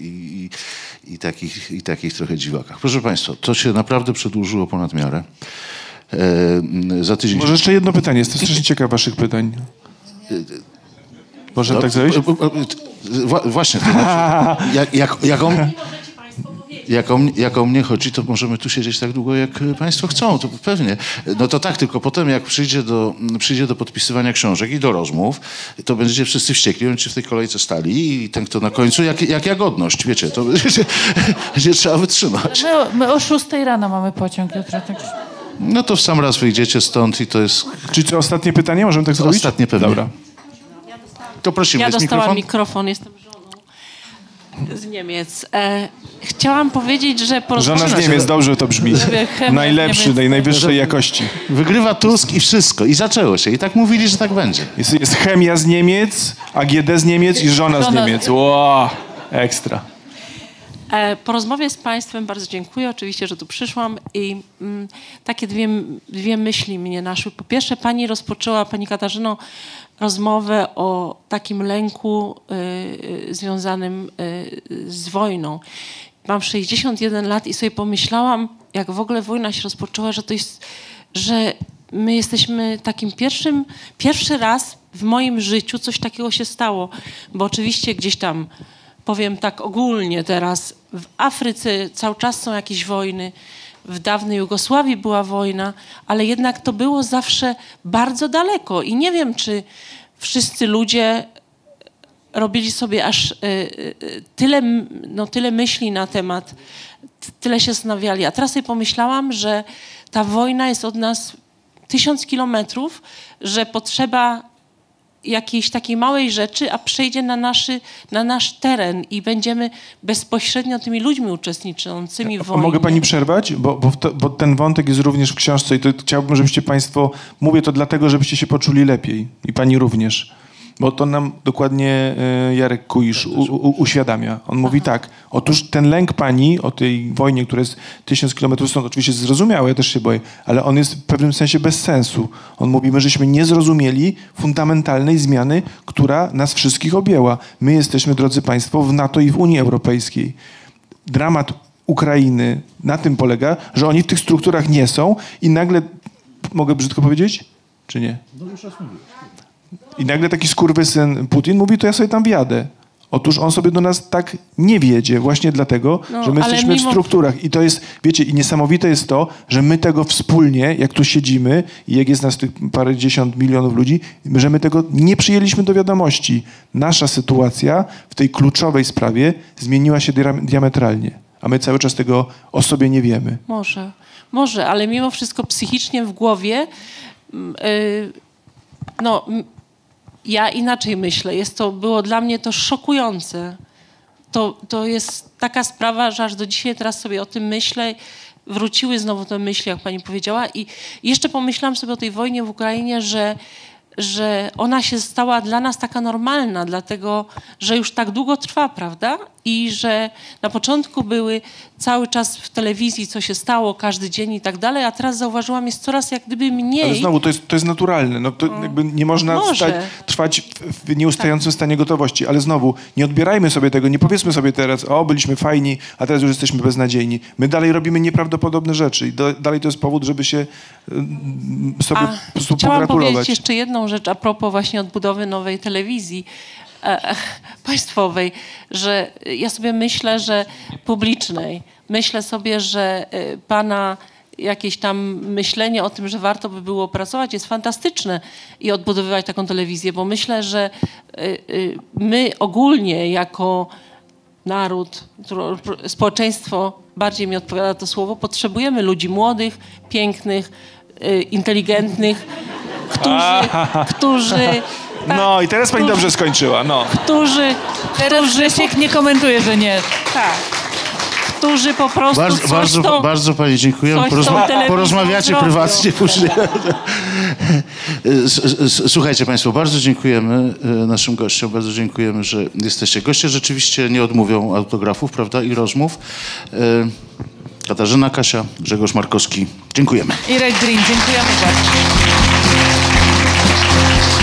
i takich trochę dziwakach. Proszę państwa, to się naprawdę przedłużyło ponad miarę. Za tydzień... Może jeszcze jedno pytanie, jestem strasznie ciekaw waszych pytań. Możemy tak zrobić? Właśnie, to znaczy, jak o mnie chodzi, to możemy tu siedzieć tak długo, jak państwo chcą, to pewnie. No to tak, tylko potem jak przyjdzie do podpisywania książek i do rozmów, to będziecie wszyscy wściekli, będziecie w tej kolejce stali i ten, kto na końcu, jak jagodność, wiecie, to będzie trzeba wytrzymać. My o 6 rano mamy pociąg jutro. Tak. No to w sam raz wyjdziecie stąd i to jest... Czyli co, ostatnie pytanie? Możemy tak zrobić? Ostatnie pewnie. Dobra. To prosimy, ja jest dostałam mikrofon, jestem żoną z Niemiec. Chciałam powiedzieć, że Żona z Niemiec, dobrze to brzmi. Najlepszy, najwyższej jakości. Wygrywa Tusk i wszystko. I zaczęło się. I tak mówili, że tak będzie. Jest chemia z Niemiec, AGD z Niemiec i żona z Niemiec. Wow, ekstra. Po rozmowie z państwem bardzo dziękuję. Oczywiście, że tu przyszłam i takie dwie myśli mnie naszły. Po pierwsze, pani rozpoczęła, pani Katarzyno, rozmowę o takim lęku związanym z wojną. Mam 61 lat i sobie pomyślałam, jak w ogóle wojna się rozpoczęła, że my jesteśmy takim pierwszy raz w moim życiu coś takiego się stało. Bo oczywiście gdzieś tam, powiem tak ogólnie teraz, w Afryce cały czas są jakieś wojny, w dawnej Jugosławii była wojna, ale jednak to było zawsze bardzo daleko i nie wiem, wszyscy ludzie robili sobie aż tyle myśli na temat, tyle się zastanawiali. A teraz sobie pomyślałam, że ta wojna jest od nas 1000 kilometrów, że potrzeba jakiejś takiej małej rzeczy, a przejdzie na nasz teren i będziemy bezpośrednio tymi ludźmi uczestniczącymi w wojnie. Mogę pani przerwać? Bo ten wątek jest również w książce i to chciałbym, żebyście państwo, mówię to dlatego, żebyście się poczuli lepiej i pani również. Bo to nam dokładnie Jarek Kuisz uświadamia. On mówi tak, otóż ten lęk pani o tej wojnie, która jest 1000 kilometrów stąd, oczywiście zrozumiały, ja też się boję, ale on jest w pewnym sensie bez sensu. On mówi, my żeśmy nie zrozumieli fundamentalnej zmiany, która nas wszystkich objęła. My jesteśmy, drodzy państwo, w NATO i w Unii Europejskiej. Dramat Ukrainy na tym polega, że oni w tych strukturach nie są i nagle, mogę brzydko powiedzieć, czy nie? I nagle taki skurwysyn Putin mówi, to ja sobie tam wjadę. Otóż on sobie do nas tak nie wiedzie właśnie dlatego, że my ale jesteśmy w mimo- strukturach. I to jest, wiecie, i niesamowite jest to, że my tego wspólnie, jak tu siedzimy i jak jest nas tych parędziesiąt milionów ludzi, że my tego nie przyjęliśmy do wiadomości. Nasza sytuacja w tej kluczowej sprawie zmieniła się diametralnie. A my cały czas tego o sobie nie wiemy. Może, ale mimo wszystko psychicznie w głowie, ja inaczej myślę. Było dla mnie to szokujące. To jest taka sprawa, że aż do dzisiaj teraz sobie o tym myślę. Wróciły znowu te myśli, jak pani powiedziała. I jeszcze pomyślałam sobie o tej wojnie w Ukrainie, że ona się stała dla nas taka normalna, dlatego, że już tak długo trwa, prawda? I że na początku były cały czas w telewizji, co się stało, każdy dzień i tak dalej, a teraz zauważyłam, jest coraz jak gdyby mniej. Ale znowu, to jest naturalne. No, to jakby nie można trwać w nieustającym stanie gotowości. Ale znowu, nie odbierajmy sobie tego, nie powiedzmy sobie teraz, byliśmy fajni, a teraz już jesteśmy beznadziejni. My dalej robimy nieprawdopodobne rzeczy i dalej to jest powód, żeby się sobie po prostu Chciałam pogratulować. powiedzieć jeszcze jedną rzecz a propos właśnie odbudowy nowej telewizji państwowej, że ja sobie myślę, że publicznej, myślę sobie, że pana jakieś tam myślenie o tym, że warto by było pracować jest fantastyczne i odbudowywać taką telewizję, bo myślę, że my ogólnie jako naród, społeczeństwo, bardziej mi odpowiada to słowo, potrzebujemy ludzi młodych, pięknych, inteligentnych, którzy No i teraz pani dobrze skończyła, no. Teraz Grzesiek nie komentuje, że nie. Tak. Którzy po prostu Bardzo pani dziękuję. coś z tą telewizją Porozmawiacie zrobią. prywatnie później. Słuchajcie państwo, bardzo dziękujemy naszym gościom, bardzo dziękujemy, że jesteście. Goście rzeczywiście nie odmówią autografów, prawda, i rozmów. Katarzyna, Kasia, Grzegorz Markowski. Dziękujemy. Irek Green, dziękujemy bardzo.